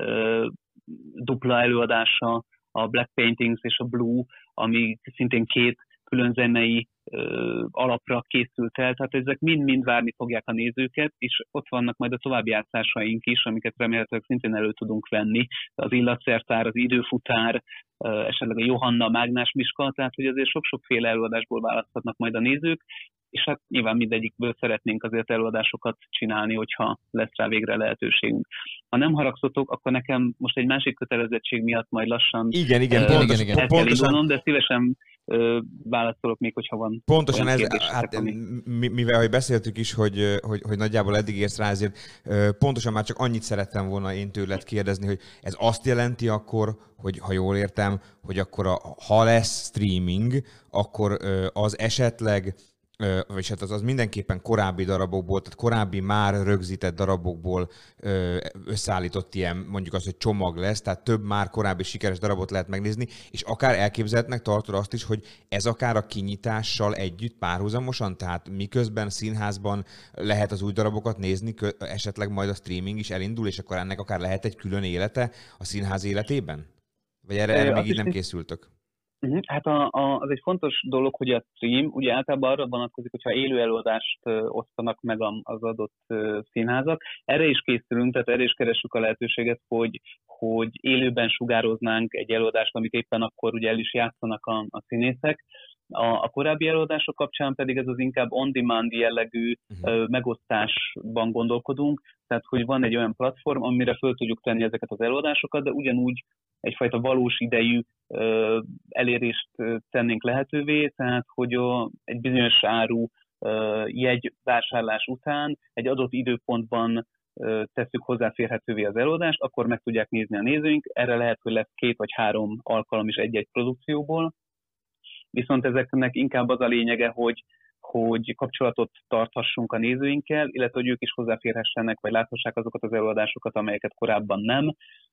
dupla előadása, a Black Paintings és a Blue, ami szintén két külön zenei ö, alapra készült el, tehát ezek mind-mind várni fogják a nézőket, és ott vannak majd a további játszásaink is, amiket remélhetőleg szintén elő tudunk venni, az illatszertár, az időfutár, ö, esetleg a Johanna, Mágnás Miska, tehát hogy azért sok-sokféle előadásból választhatnak majd a nézők, és hát nyilván mindegyikből szeretnénk azért előadásokat csinálni, hogyha lesz rá végre lehetőségünk. Ha nem haragszotok, akkor nekem most egy másik kötelezettség miatt majd lassan igen, igen, uh, pontos, igen, igen. el kell pontosan, indulnom, de szívesen uh, válaszolok még, hogyha van. pontosan ez, hát, ami... mivel hogy beszéltük is, hogy, hogy, hogy nagyjából eddig érsz rá, ezért pontosan már csak annyit szerettem volna én tőled kérdezni, hogy ez azt jelenti akkor, hogy ha jól értem, hogy akkor a, ha lesz streaming, akkor az esetleg vagyis hát az, az mindenképpen korábbi darabokból, tehát korábbi már rögzített darabokból összeállított ilyen, mondjuk az, hogy csomag lesz, tehát több már korábbi sikeres darabot lehet megnézni, és akár elképzelhetnek tartod azt is, hogy ez akár a kinyitással együtt párhuzamosan, tehát miközben színházban lehet az új darabokat nézni, esetleg majd a streaming is elindul, és akkor ennek akár lehet egy külön élete a színház életében? Vagy erre, erre még így nem készültök? Hát a, a, az egy fontos dolog, hogy a stream ugye általában arra vonatkozik, hogyha élő előadást ö, osztanak meg az adott ö, színházak. Erre is készülünk, tehát erre is keressük a lehetőséget, hogy, hogy élőben sugároznánk egy előadást, amit éppen akkor ugye el is játszanak a, a színészek. A, a korábbi előadások kapcsán pedig ez az inkább on-demand jellegű uh-huh. ö, megosztásban gondolkodunk, tehát hogy van egy olyan platform, amire föl tudjuk tenni ezeket az előadásokat, de ugyanúgy egyfajta valós idejű ö, elérést ö, tennénk lehetővé, tehát hogy a, egy bizonyos áru ö, jegyvásárlás után egy adott időpontban ö, tesszük hozzáférhetővé az előadást, akkor meg tudják nézni a nézőink, erre lehet, hogy lesz két vagy három alkalom is egy-egy produkcióból, viszont ezeknek inkább az a lényege, hogy, hogy kapcsolatot tarthassunk a nézőinkkel, illetve hogy ők is hozzáférhessenek, vagy láthassák azokat az előadásokat, amelyeket korábban nem,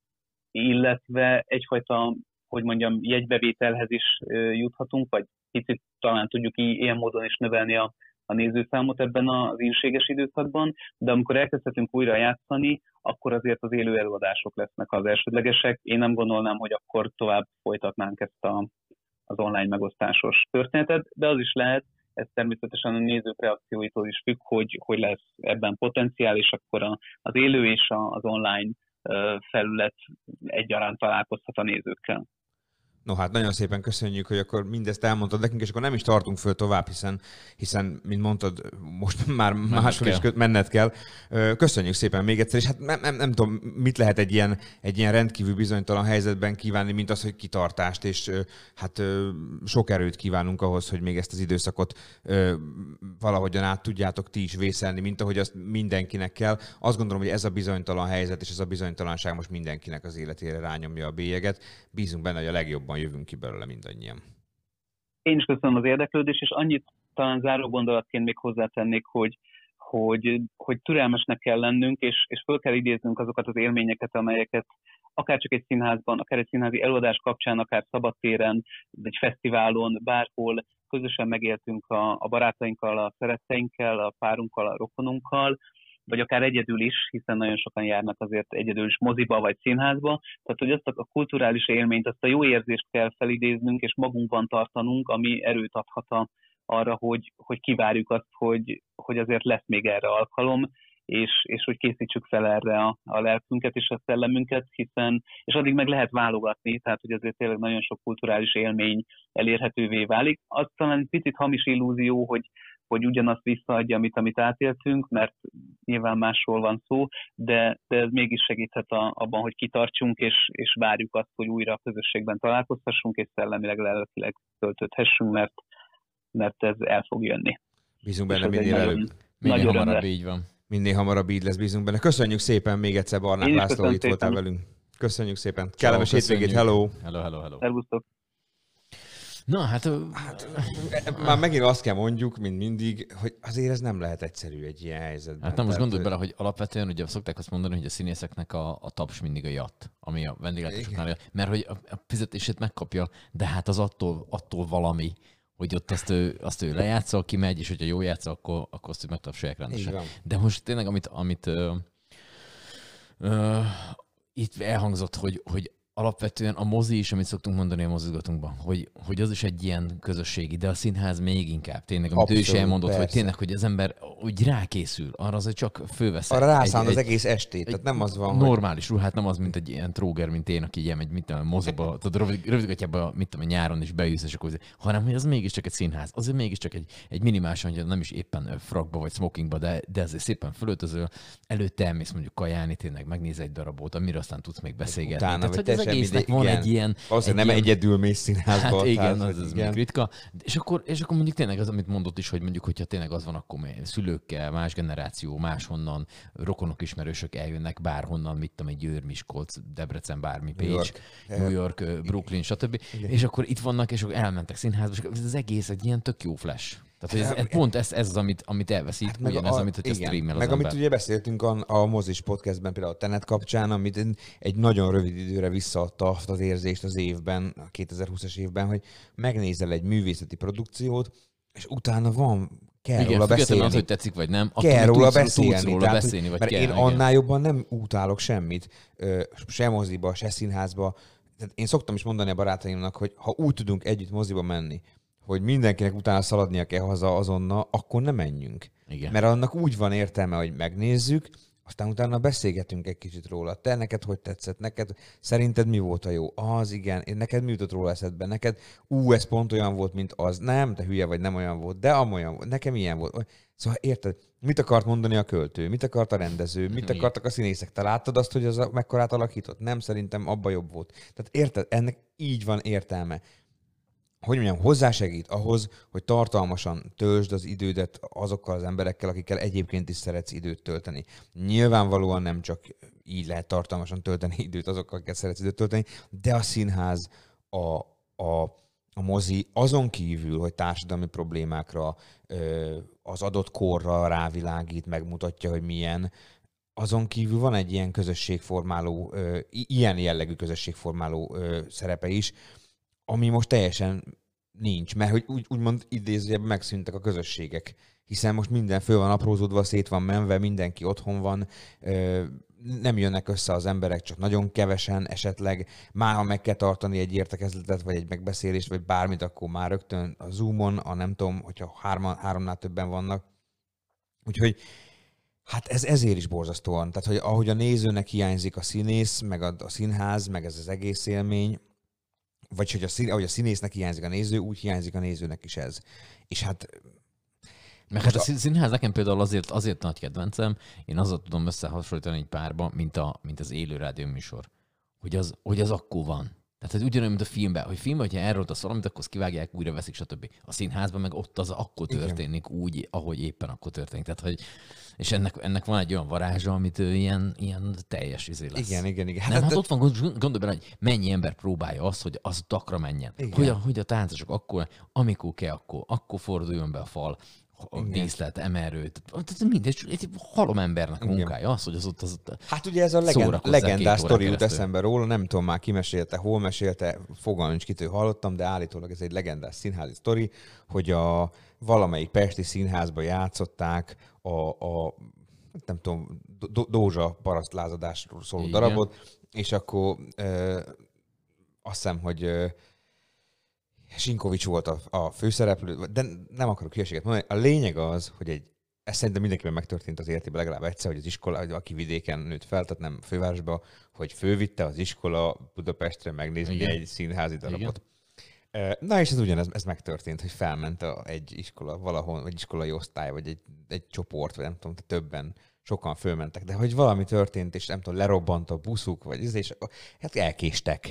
illetve egyfajta, hogy mondjam, jegybevételhez is juthatunk, vagy kicsit talán tudjuk ilyen módon is növelni a, a nézőszámot ebben az ínséges időszakban, de amikor elkezdhetünk újra játszani, akkor azért az élő előadások lesznek az elsődlegesek. Én nem gondolnám, hogy akkor tovább folytatnánk ezt a, az online megosztásos történetet, de az is lehet, ez természetesen a nézők reakcióitól is függ, hogy, hogy lesz ebben potenciál, és akkor a, az élő és a, az online felület egyaránt találkozhat a nézőkkel. No hát nagyon szépen köszönjük, hogy akkor mindezt elmondtad nekünk, és akkor nem is tartunk föl tovább, hiszen, hiszen mint mondtad, most már máshol is menned kell. Köszönjük szépen még egyszer, és hát nem, nem, nem tudom, mit lehet egy ilyen, egy ilyen rendkívül bizonytalan helyzetben kívánni, mint az, hogy kitartást, és hát sok erőt kívánunk ahhoz, hogy még ezt az időszakot valahogyan át tudjátok ti is vészelni, mint ahogy azt mindenkinek kell. Azt gondolom, hogy ez a bizonytalan helyzet, és ez a bizonytalanság most mindenkinek az életére rányomja a bélyeget. Bízunk benne, hogy a legjobban jövünk ki belőle mindannyian. Én is köszönöm az érdeklődést, és annyit talán záró gondolatként még hozzátennék, hogy, hogy, hogy türelmesnek kell lennünk, és, és föl kell idéznünk azokat az élményeket, amelyeket akár csak egy színházban, akár egy színházi előadás kapcsán, akár szabadtéren, egy fesztiválon, bárhol közösen megéltünk a, a barátainkkal, a szeretteinkkel, a párunkkal, a rokonunkkal, vagy akár egyedül is, hiszen nagyon sokan járnak azért egyedül is moziba vagy színházba. Tehát, hogy azt a kulturális élményt, azt a jó érzést kell felidéznünk, és magunkban tartanunk, ami erőt adhat a, arra, hogy, hogy kivárjuk azt, hogy, hogy azért lesz még erre alkalom, és, és hogy készítsük fel erre a, a lelkünket és a szellemünket, hiszen, és addig meg lehet válogatni, tehát, hogy azért tényleg nagyon sok kulturális élmény elérhetővé válik. Az talán picit hamis illúzió, hogy hogy ugyanazt visszaadja, amit, amit átéltünk, mert nyilván másról van szó, de, de ez mégis segíthet a, abban, hogy kitartsunk, és, és várjuk azt, hogy újra a közösségben találkozhassunk, és szellemileg, lelkileg töltöthessünk, mert, mert ez el fog jönni. Bízunk benne minél előbb. Minél hamarabb így van. Minél hamarabb így lesz, bízunk benne. Köszönjük szépen még egyszer, Barnák László, itt voltál velünk. Köszönjük szépen. Kellemes hétvégét, hello! Hello, hello, hello. Szervusztok! Na, hát... Hát, már megint azt kell mondjuk, mint mindig, hogy azért ez nem lehet egyszerű egy ilyen helyzetben. Hát nem most gondolj hogy... bele, hogy alapvetően ugye szokták azt mondani, hogy a színészeknek a, a taps mindig a jatt, ami a vendéglátásoknál, mert hogy a, a fizetését megkapja, de hát az attól, attól valami, hogy ott azt ő, azt ő lejátszol, kimegy, és hogyha jó játszol, akkor, akkor azt ő megtapsolják rendesen. De most tényleg, amit, amit ö, ö, itt elhangzott, hogy, hogy alapvetően a mozi is, amit szoktunk mondani a mozizgatunkban, hogy, hogy az is egy ilyen közösségi, de a színház még inkább. Tényleg, amit Abszolút, ő is elmondott, persze. hogy tényleg, hogy az ember úgy rákészül, arra az, hogy csak fölvesz. Arra rászán az egész estét, tehát nem az van, normális hogy... ruhát, nem az, mint egy ilyen tróger, mint én, aki ilyen megy, mit tudom, moziba, tudod, rövid, rövidgatjában, mit tudom, nyáron is beülsz, és akkor, hanem hogy az mégiscsak egy színház, azért mégiscsak egy, egy minimálisan, hogy nem is éppen frakba vagy smokingba, de, de azért szépen fölöltözöl, előtte elmész mondjuk kajálni, tényleg megnéz egy darabot, amiről aztán tudsz még beszélgetni. Utána, tehát, hogy az egésznek van egy ilyen... Egy nem ilyen... egyedül mész színházba. Hát igen, az, az még ritka. És akkor, és akkor mondjuk tényleg az, amit mondott is, hogy mondjuk, hogyha tényleg az van, akkor szülőkkel, más generáció, máshonnan, rokonok, ismerősök eljönnek bárhonnan, mit tudom, egy Győr, Miskolc, Debrecen, bármi, Pécs, New York, New York Brooklyn, stb. Igen. És akkor itt vannak, és akkor elmentek színházba, és ez az egész egy ilyen tök jó flash. Tehát hogy ez, pont ez, ez az, amit, amit elveszít, hát ugyanez, amit hogyha streamel az meg ember. amit ugye beszéltünk a, a mozis podcastben, például a Tenet kapcsán, amit egy nagyon rövid időre visszaadta azt az érzést az évben, a kétezer-húszas évben, hogy megnézel egy művészeti produkciót, és utána van, kell igen, róla beszélni. az, hogy tetszik vagy nem, kell róla tudsz, beszélni. Tudsz róla tehát, beszélni vagy mert kell, én igen. annál jobban nem utálok semmit, se moziba, se színházba. Tehát én szoktam is mondani a barátaimnak, hogy ha úgy tudunk együtt moziba menni, hogy mindenkinek utána szaladnia kell haza azonnal, akkor ne menjünk. Igen. Mert annak úgy van értelme, hogy megnézzük, aztán utána beszélgetünk egy kicsit róla. Te neked hogy tetszett? Neked szerinted mi volt a jó? Az igen, neked mi jutott róla eszedbe? Neked ú, ez pont olyan volt, mint az. Nem, te hülye vagy, nem olyan volt, de amolyan volt. Nekem ilyen volt. Szóval érted, mit akart mondani a költő? Mit akart a rendező? Mit akartak a színészek? Te láttad azt, hogy az a, mekkorát alakított? Nem, szerintem abba jobb volt. Tehát érted, ennek így van értelme. Hogy mondjam, hozzásegít ahhoz, hogy tartalmasan töltsd az idődet azokkal az emberekkel, akikkel egyébként is szeretsz időt tölteni. Nyilvánvalóan nem csak így lehet tartalmasan tölteni időt azokkal, akikkel szeretsz időt tölteni, de a színház, a, a, a mozi azon kívül, hogy társadalmi problémákra, az adott korra rávilágít, megmutatja, hogy milyen, azon kívül van egy ilyen közösségformáló, ilyen jellegű közösségformáló szerepe is, ami most teljesen nincs, mert hogy úgy, úgymond idézőjebben megszűntek a közösségek, hiszen most minden föl van aprózódva, szét van menve, mindenki otthon van, nem jönnek össze az emberek, csak nagyon kevesen esetleg, már ha meg kell tartani egy értekezletet, vagy egy megbeszélést, vagy bármit, akkor már rögtön a Zoomon, a nem tudom, hogyha hárman, háromnál többen vannak. Úgyhogy hát ez ezért is borzasztóan. Tehát, hogy ahogy a nézőnek hiányzik a színész, meg a, a színház, meg ez az egész élmény, vagy hogy a, szín, ahogy a színésznek hiányzik a néző, úgy hiányzik a nézőnek is ez. És hát... Mert hát a színház nekem például azért, azért nagy kedvencem, én azzal tudom összehasonlítani egy párba, mint, a, mint az élő rádió műsor. Hogy az, hogy az akkor van. Tehát ez ugyanolyan, mint a filmben. Hogy filmben, hogyha erről a valamit, akkor azt kivágják, újra veszik, stb. A színházban meg ott az akkor történik, igen, úgy, ahogy éppen akkor történik. Tehát, hogy, és ennek, ennek van egy olyan varázsa, amit ilyen, ilyen teljes izé lesz. Igen, igen, igen. Nem, hát, hát ott van, gondolj bele, hogy mennyi ember próbálja azt, hogy az takra menjen. Hogy a, hogy a táncosok akkor, amikor kell, akkor, akkor forduljon be a fal, a díszlet, emerőt, mindegy, egy halom embernek a munkája az, hogy az ott, az ott hát ugye ez a legend, legendás sztori jut eszembe róla, nem tudom már ki mesélte, hol mesélte, fogalmam nincs, kitől hallottam, de állítólag ez egy legendás színházi sztori, hogy a valamelyik pesti színházba játszották a, a nem tudom, Dózsa parasztlázadásról szóló igen, darabot, és akkor ö, azt hiszem, hogy ö, Sinkovics volt a, a főszereplő, de nem akarok hülyeséget mondani. A lényeg az, hogy egy, ez szerintem mindenkiben megtörtént az életében legalább egyszer, hogy az iskola, aki vidéken nőtt fel, tehát nem fővárosba, hogy fővitte az iskola Budapestre megnézni igen, egy színházi darabot. Igen. Na és ez ugyanez, ez megtörtént, hogy felment a, egy iskola valahol, egy iskolai osztály, vagy egy, egy csoport, vagy nem tudom, többen, sokan fölmentek, de hogy valami történt, és nem tudom, lerobbant a buszuk, vagy ez, és hát elkéstek.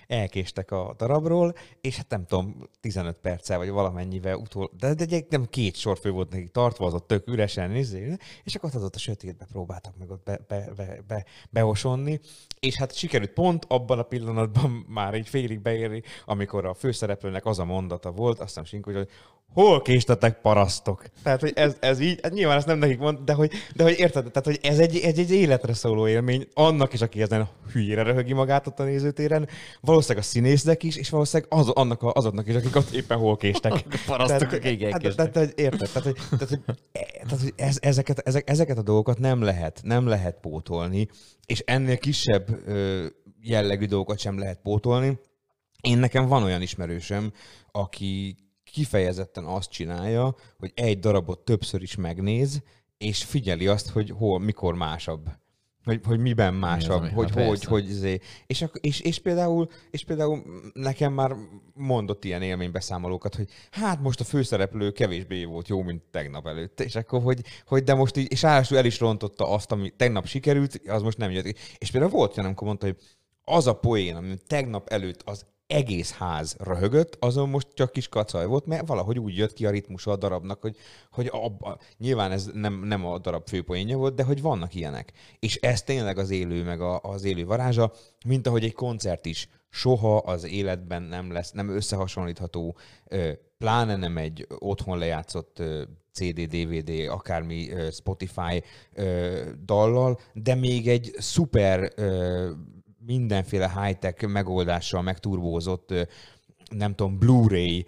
elkéstek a darabról, és hát nem tudom, tizenöt perccel, vagy valamennyivel utol, de, de, de nem két sorfő volt nekik tartva, az ott tök üresen, nézzé, és akkor ott a sötétbe próbáltak meg ott be, be, be, be, beosonni, és hát sikerült pont abban a pillanatban már így félig beérni, amikor a főszereplőnek az a mondata volt, azt hiszem Sinko, hogy hol késtetek, parasztok? Tehát, hogy ez, ez így, hát nyilván ezt nem nekik mond, de hogy, de hogy érted, tehát, hogy ez egy, egy, egy életre szóló élmény, annak is, aki ezen hülyére röhögi magát ott a nézőtéren, valószínűleg a színésznek is, és valószínűleg az, annak a, azoknak is, akik ott éppen hol késtek. Parasztok, akik elkéstek. Tehát, érted, tehát, hogy, tehát, hogy, tehát, hogy ez, ezeket, ezek, ezeket a dolgokat nem lehet, nem lehet pótolni, és ennél kisebb ö, jellegű dolgokat sem lehet pótolni. Én nekem van olyan ismerősöm, aki kifejezetten azt csinálja, hogy egy darabot többször is megnéz, és figyeli azt, hogy hol, mikor másabb. Hogy, hogy miben másabb, mi az, hogy, hogy, hogy, hogy és, és, és, például, és például nekem már mondott ilyen élménybeszámolókat, hogy hát most a főszereplő kevésbé volt jó, mint tegnap előtt, és akkor, hogy, hogy de most így, és ráadásul el is rontotta azt, ami tegnap sikerült, az most nem jött. És például volt olyan, amikor mondta, hogy az a poén, ami tegnap előtt az egész ház röhögött, azon most csak kis kacaj volt, mert valahogy úgy jött ki a ritmusa a darabnak, hogy, hogy abba, nyilván ez nem, nem a darab főpoénja volt, de hogy vannak ilyenek. És ez tényleg az élő, meg a, az élő varázsa, mint ahogy egy koncert is soha az életben nem lesz, nem összehasonlítható, pláne nem egy otthon lejátszott cé dé, dé vé dé, akármi Spotify dallal, de még egy szuper mindenféle high-tech megoldással megturbózott, nem tudom, Blu-ray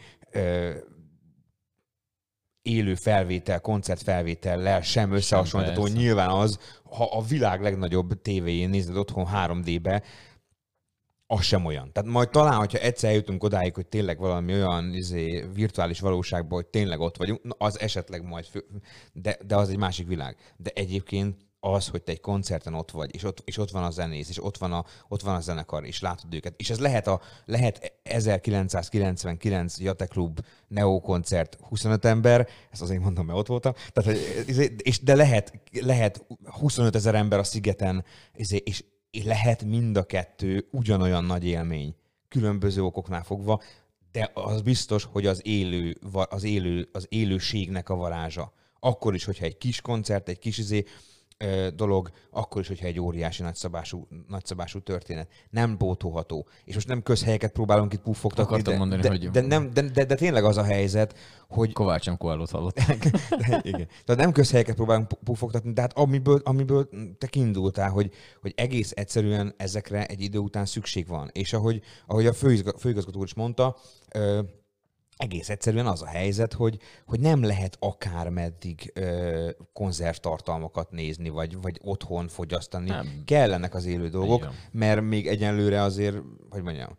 élő felvétel, koncertfelvétellel sem összehasonlítható. Nyilván az, ha a világ legnagyobb tévéjén nézed otthon három dé-be, az sem olyan. Tehát majd talán, hogyha egyszer eljutunk odáig, hogy tényleg valami olyan izé, virtuális valóságban, hogy tényleg ott vagyunk, az esetleg majd, fő, de, de az egy másik világ. De egyébként az, hogy te egy koncerten ott vagy, és ott, és ott van a zenész, és ott van a, ott van a zenekar, és látod őket. És ez lehet, a, lehet ezerkilencszázkilencvenkilenc Jate Klub Neo koncert huszonöt ember, ezt azért mondom, mert ott voltam, tehát, és, de lehet, lehet huszonöt ezer ember a szigeten, és, és lehet mind a kettő ugyanolyan nagy élmény, különböző okoknál fogva, de az biztos, hogy az élő, az élő, az élőségnek a varázsa. Akkor is, hogyha egy kis koncert, egy kis izé, dolog, akkor is, hogyha egy óriási nagyszabású, nagyszabású történet. Nem pótolható. És most nem közhelyeket próbálunk itt puffogtatni, de, mondani, de, hogy... de, nem, de, de, de tényleg az a helyzet, hogy... Kovács Koálót hallották. de, igen. Tehát nem közhelyeket próbálunk puffogtatni, de hát amiből, amiből te kiindultál, hogy, hogy egész egyszerűen ezekre egy idő után szükség van. És ahogy, ahogy a főigazgató is mondta, ö, egész egyszerűen az a helyzet, hogy, hogy nem lehet akármeddig ö, konzervtartalmakat nézni, vagy, vagy otthon fogyasztani. Nem. Kellenek az élő dolgok, igen, mert még egyenlőre azért, hogy mondjam,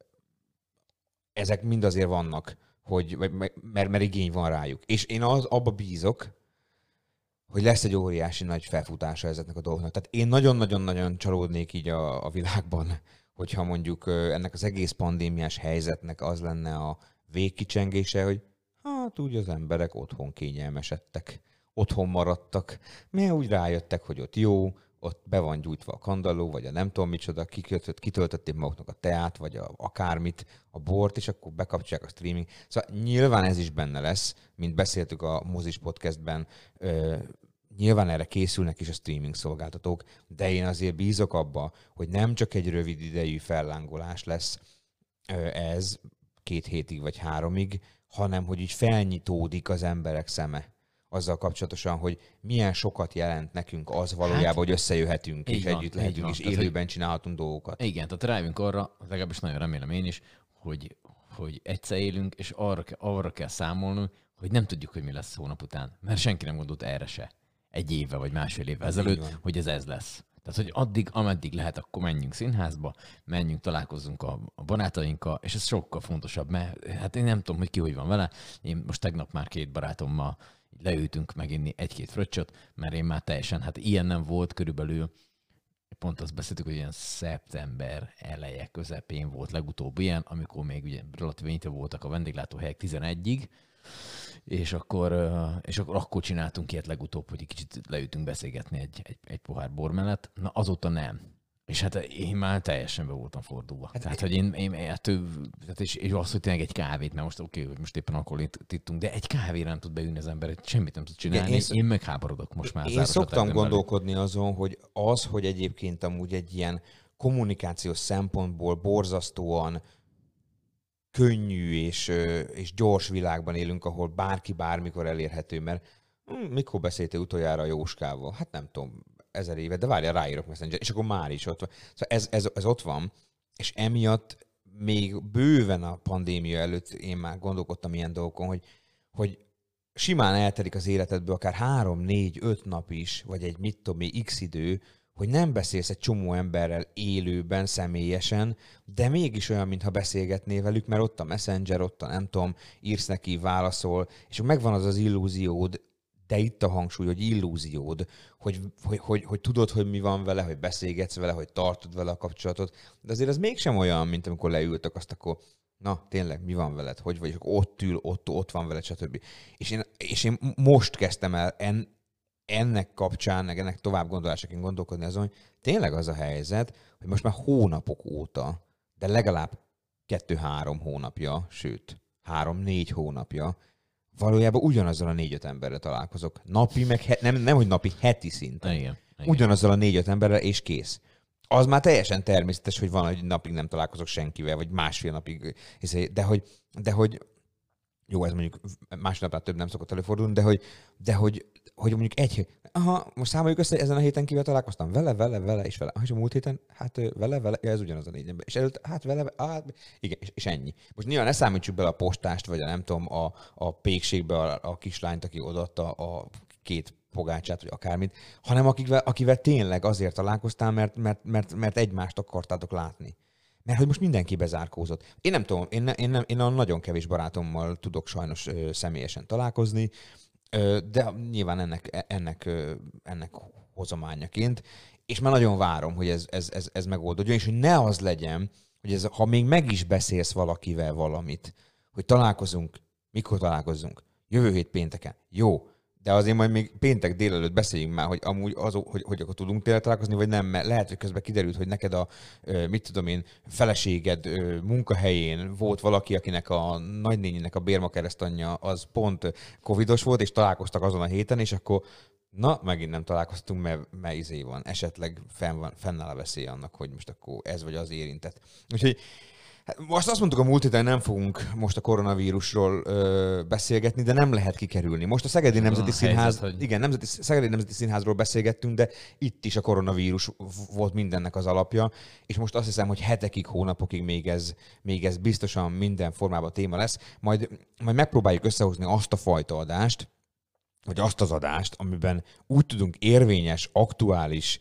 ezek mind azért vannak, hogy, mert, mert igény van rájuk. És én az, abba bízok, hogy lesz egy óriási nagy felfutása ezeknek a dolgoknak. Tehát én nagyon-nagyon-nagyon csalódnék így a, a világban, hogyha mondjuk ennek az egész pandémiás helyzetnek az lenne a végkicsengése, hogy hát úgy az emberek otthon kényelmesedtek, otthon maradtak, mert úgy rájöttek, hogy ott jó, ott be van gyújtva a kandalló, vagy a nem tudom micsoda, kitöltött, kitöltötték maguknak a teát, vagy a, akármit, a bort, és akkor bekapcsolják a streaming. Szóval nyilván ez is benne lesz, mint beszéltük a Mozis podcastben, ö, nyilván erre készülnek is a streaming szolgáltatók, de én azért bízok abba, hogy nem csak egy rövid idejű fellángolás lesz ö, ez, két hétig vagy háromig, hanem hogy így felnyitódik az emberek szeme azzal kapcsolatosan, hogy milyen sokat jelent nekünk az valójában, hát, hogy összejöhetünk, és van, együtt lehetünk, és élőben tehát, csinálhatunk dolgokat. Igen, tehát rájövünk arra, legalábbis nagyon remélem én is, hogy, hogy egyszer élünk, és arra, arra kell számolnunk, hogy nem tudjuk, hogy mi lesz hónap után. Mert senki nem gondolt erre se. Egy évvel vagy másfél évvel ezelőtt, hogy ez ez lesz. Tehát, hogy addig, ameddig lehet, akkor menjünk színházba, menjünk, találkozzunk a, a barátainkkal, és ez sokkal fontosabb, mert hát én nem tudom, hogy ki hogy van vele. Én most tegnap már két barátommal leültünk meginni egy-két fröccsöt, mert én már teljesen, hát ilyen nem volt körülbelül, pont azt beszéltük, hogy ilyen szeptember eleje, közepén volt legutóbb ilyen, amikor még ugye relatíve nyitva voltak a vendéglátóhelyek tizenegyig, és akkor, és akkor, akkor csináltunk ilyet legutóbb, hogy egy kicsit leütünk beszélgetni egy, egy, egy pohár bor mellett. Na azóta nem. És hát én már teljesen be voltam fordulva. Hát tehát, hogy én, én ettől, tehát és, és az, hogy tényleg egy kávét, mert most oké, hogy most éppen akkor itt ittunk, de egy kávéra nem tud beülni az ember, semmit nem tud csinálni. Én, én megháborodok most már. Én szoktam gondolkodni azon, hogy az, hogy egyébként amúgy egy ilyen kommunikációs szempontból borzasztóan könnyű és, és gyors világban élünk, ahol bárki bármikor elérhető, mert hm, mikor beszéltél utoljára a Jóskával? Hát nem tudom, ezer éve, de várjál, ráírok Messenger, és akkor már is ott van. Szóval ez, ez, ez ott van, és emiatt még bőven a pandémia előtt én már gondolkodtam ilyen dolgokon, hogy, hogy simán eltelik az életedből akár három, négy, öt nap is, vagy egy mit tudom én, x idő, hogy nem beszélsz egy csomó emberrel élőben, személyesen, de mégis olyan, mintha beszélgetnél velük, mert ott a Messenger, ott a nem tudom, írsz neki, válaszol, és megvan az az illúziód, de itt a hangsúly, hogy illúziód, hogy, hogy, hogy, hogy tudod, hogy mi van vele, hogy beszélgetsz vele, hogy tartod vele a kapcsolatot, de azért az mégsem olyan, mint amikor leültök, azt akkor, na tényleg, mi van veled, hogy vagy, ott ül, ott, ott van veled, stb. És én, és én most kezdtem el en, ennek kapcsán, ennek tovább gondolásaként gondolkodni azon, hogy tényleg az a helyzet, hogy most már hónapok óta, de legalább kettő-három hónapja, sőt, három-négy hónapja, valójában ugyanazzal a négy-öt emberrel találkozok. Napi, meg he- nem, nem, hogy napi, heti szinten. Igen, igen. Ugyanazzal a négy-öt emberrel, és kész. Az már teljesen természetes, hogy van, hogy napig nem találkozok senkivel, vagy másfél napig. De hogy, de hogy jó, ez mondjuk másfél napnál több nem szokott előfordulni, de hogy, de hogy, hogy mondjuk egy, aha, most számoljuk össze, ezen a héten kivel találkoztam, vele, vele, vele, és vele. És a múlt héten, hát vele, vele, ja, ez ugyanaz a négy ember. És előtt, hát vele, hát, igen, és, és ennyi. Most nyilván ne számítsuk bele a postást, vagy a nem tudom, a, a pékségbe a, a kislányt, aki odaadta a két pogácsát, vagy akármit, hanem akivel, akivel tényleg azért találkoztál, mert, mert, mert, mert egymást akartátok látni. Mert hogy most mindenki bezárkózott. Én nem tudom, én, ne, én, nem, én a nagyon kevés barátommal tudok sajnos ö, személyesen találkozni, ö, de nyilván ennek, ennek, ö, ennek hozományaként, és már nagyon várom, hogy ez, ez, ez, ez megoldódjon, és hogy ne az legyen, hogy ez, ha még meg is beszélsz valakivel valamit, hogy találkozunk, mikor találkozzunk, jövő hét pénteken, jó, de azért majd még péntek délelőtt beszéljünk már, hogy amúgy az, hogy, hogy akkor tudunk tényleg találkozni, vagy nem, mert lehet, hogy közben kiderült, hogy neked a, mit tudom én, feleséged munkahelyén volt valaki, akinek a nagynényének a bérmakeresztanyja az pont covidos volt, és találkoztak azon a héten, és akkor na, megint nem találkoztunk, mert, mert izé van, esetleg fenn van, fennáll a veszély annak, hogy most akkor ez vagy az érintett. Úgyhogy most azt mondtuk, a múlt héten nem fogunk most a koronavírusról ö, beszélgetni, de nem lehet kikerülni. Most a Szegedi Nemzeti Színház, helyzet, hogy... igen, Nemzeti, Szegedi Nemzeti Színházról beszélgettünk, de itt is a koronavírus volt mindennek az alapja, és most azt hiszem, hogy hetekig, hónapokig még ez, még ez biztosan minden formában téma lesz. Majd, majd megpróbáljuk összehozni azt a fajta adást, vagy azt az adást, amiben úgy tudunk érvényes, aktuális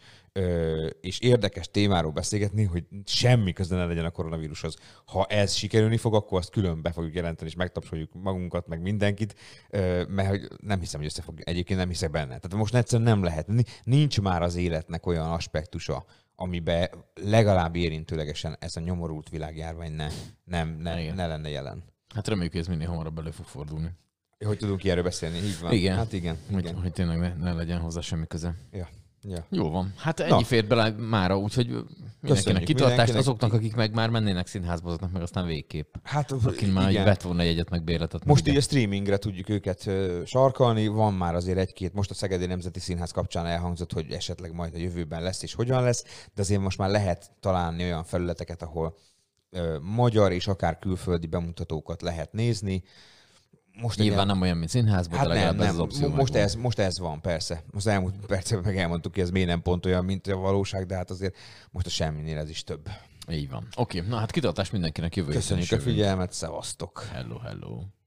és érdekes témáról beszélgetni, hogy semmi köze ne legyen a koronavírushoz. Ha ez sikerülni fog, akkor azt külön be fogjuk jelenteni, és megtapsoljuk magunkat, meg mindenkit, mert nem hiszem, hogy össze fog. Egyébként nem hiszek benne. Tehát most egyszerűen nem lehet. Nincs már az életnek olyan aspektusa, amiben legalább érintőlegesen ez a nyomorult világjárvány ne, nem, ne, ne lenne jelen. Hát reméljük, hogy ez minél hamarabb elő fog fordulni. Hogy tudunk ilyenről beszélni, így van. Igen. Hát igen. Hogy, igen. hogy tényleg ne, ne legyen hozzá semmi köze. Ja. Ja. Jó van. Hát ennyi fért bele mára, úgyhogy mindenkinek kitartást, mindenkinek... azoknak, akik meg már mennének színházba, azoknak meg aztán végképp. Hát, akin már vett volna egyet meg bérletet. Most így a streamingre tudjuk őket sarkalni, van már azért egy-két, most a Szegedi Nemzeti Színház kapcsán elhangzott, hogy esetleg majd a jövőben lesz és hogyan lesz, de azért most már lehet találni olyan felületeket, ahol ö, magyar és akár külföldi bemutatókat lehet nézni. Most nyilván egy... nem olyan, mint színházban, hát de legalább nem, ez az opció. Most ez, most ez van, persze. Most elmúlt percben meg elmondtuk, hogy ez miért nem pont olyan, mint a valóság, de hát azért most a semminél ez is több. Így van. Oké, na hát kitartás mindenkinek, jövő héten. Köszönjük a figyelmet, szevasztok! Hello, hello!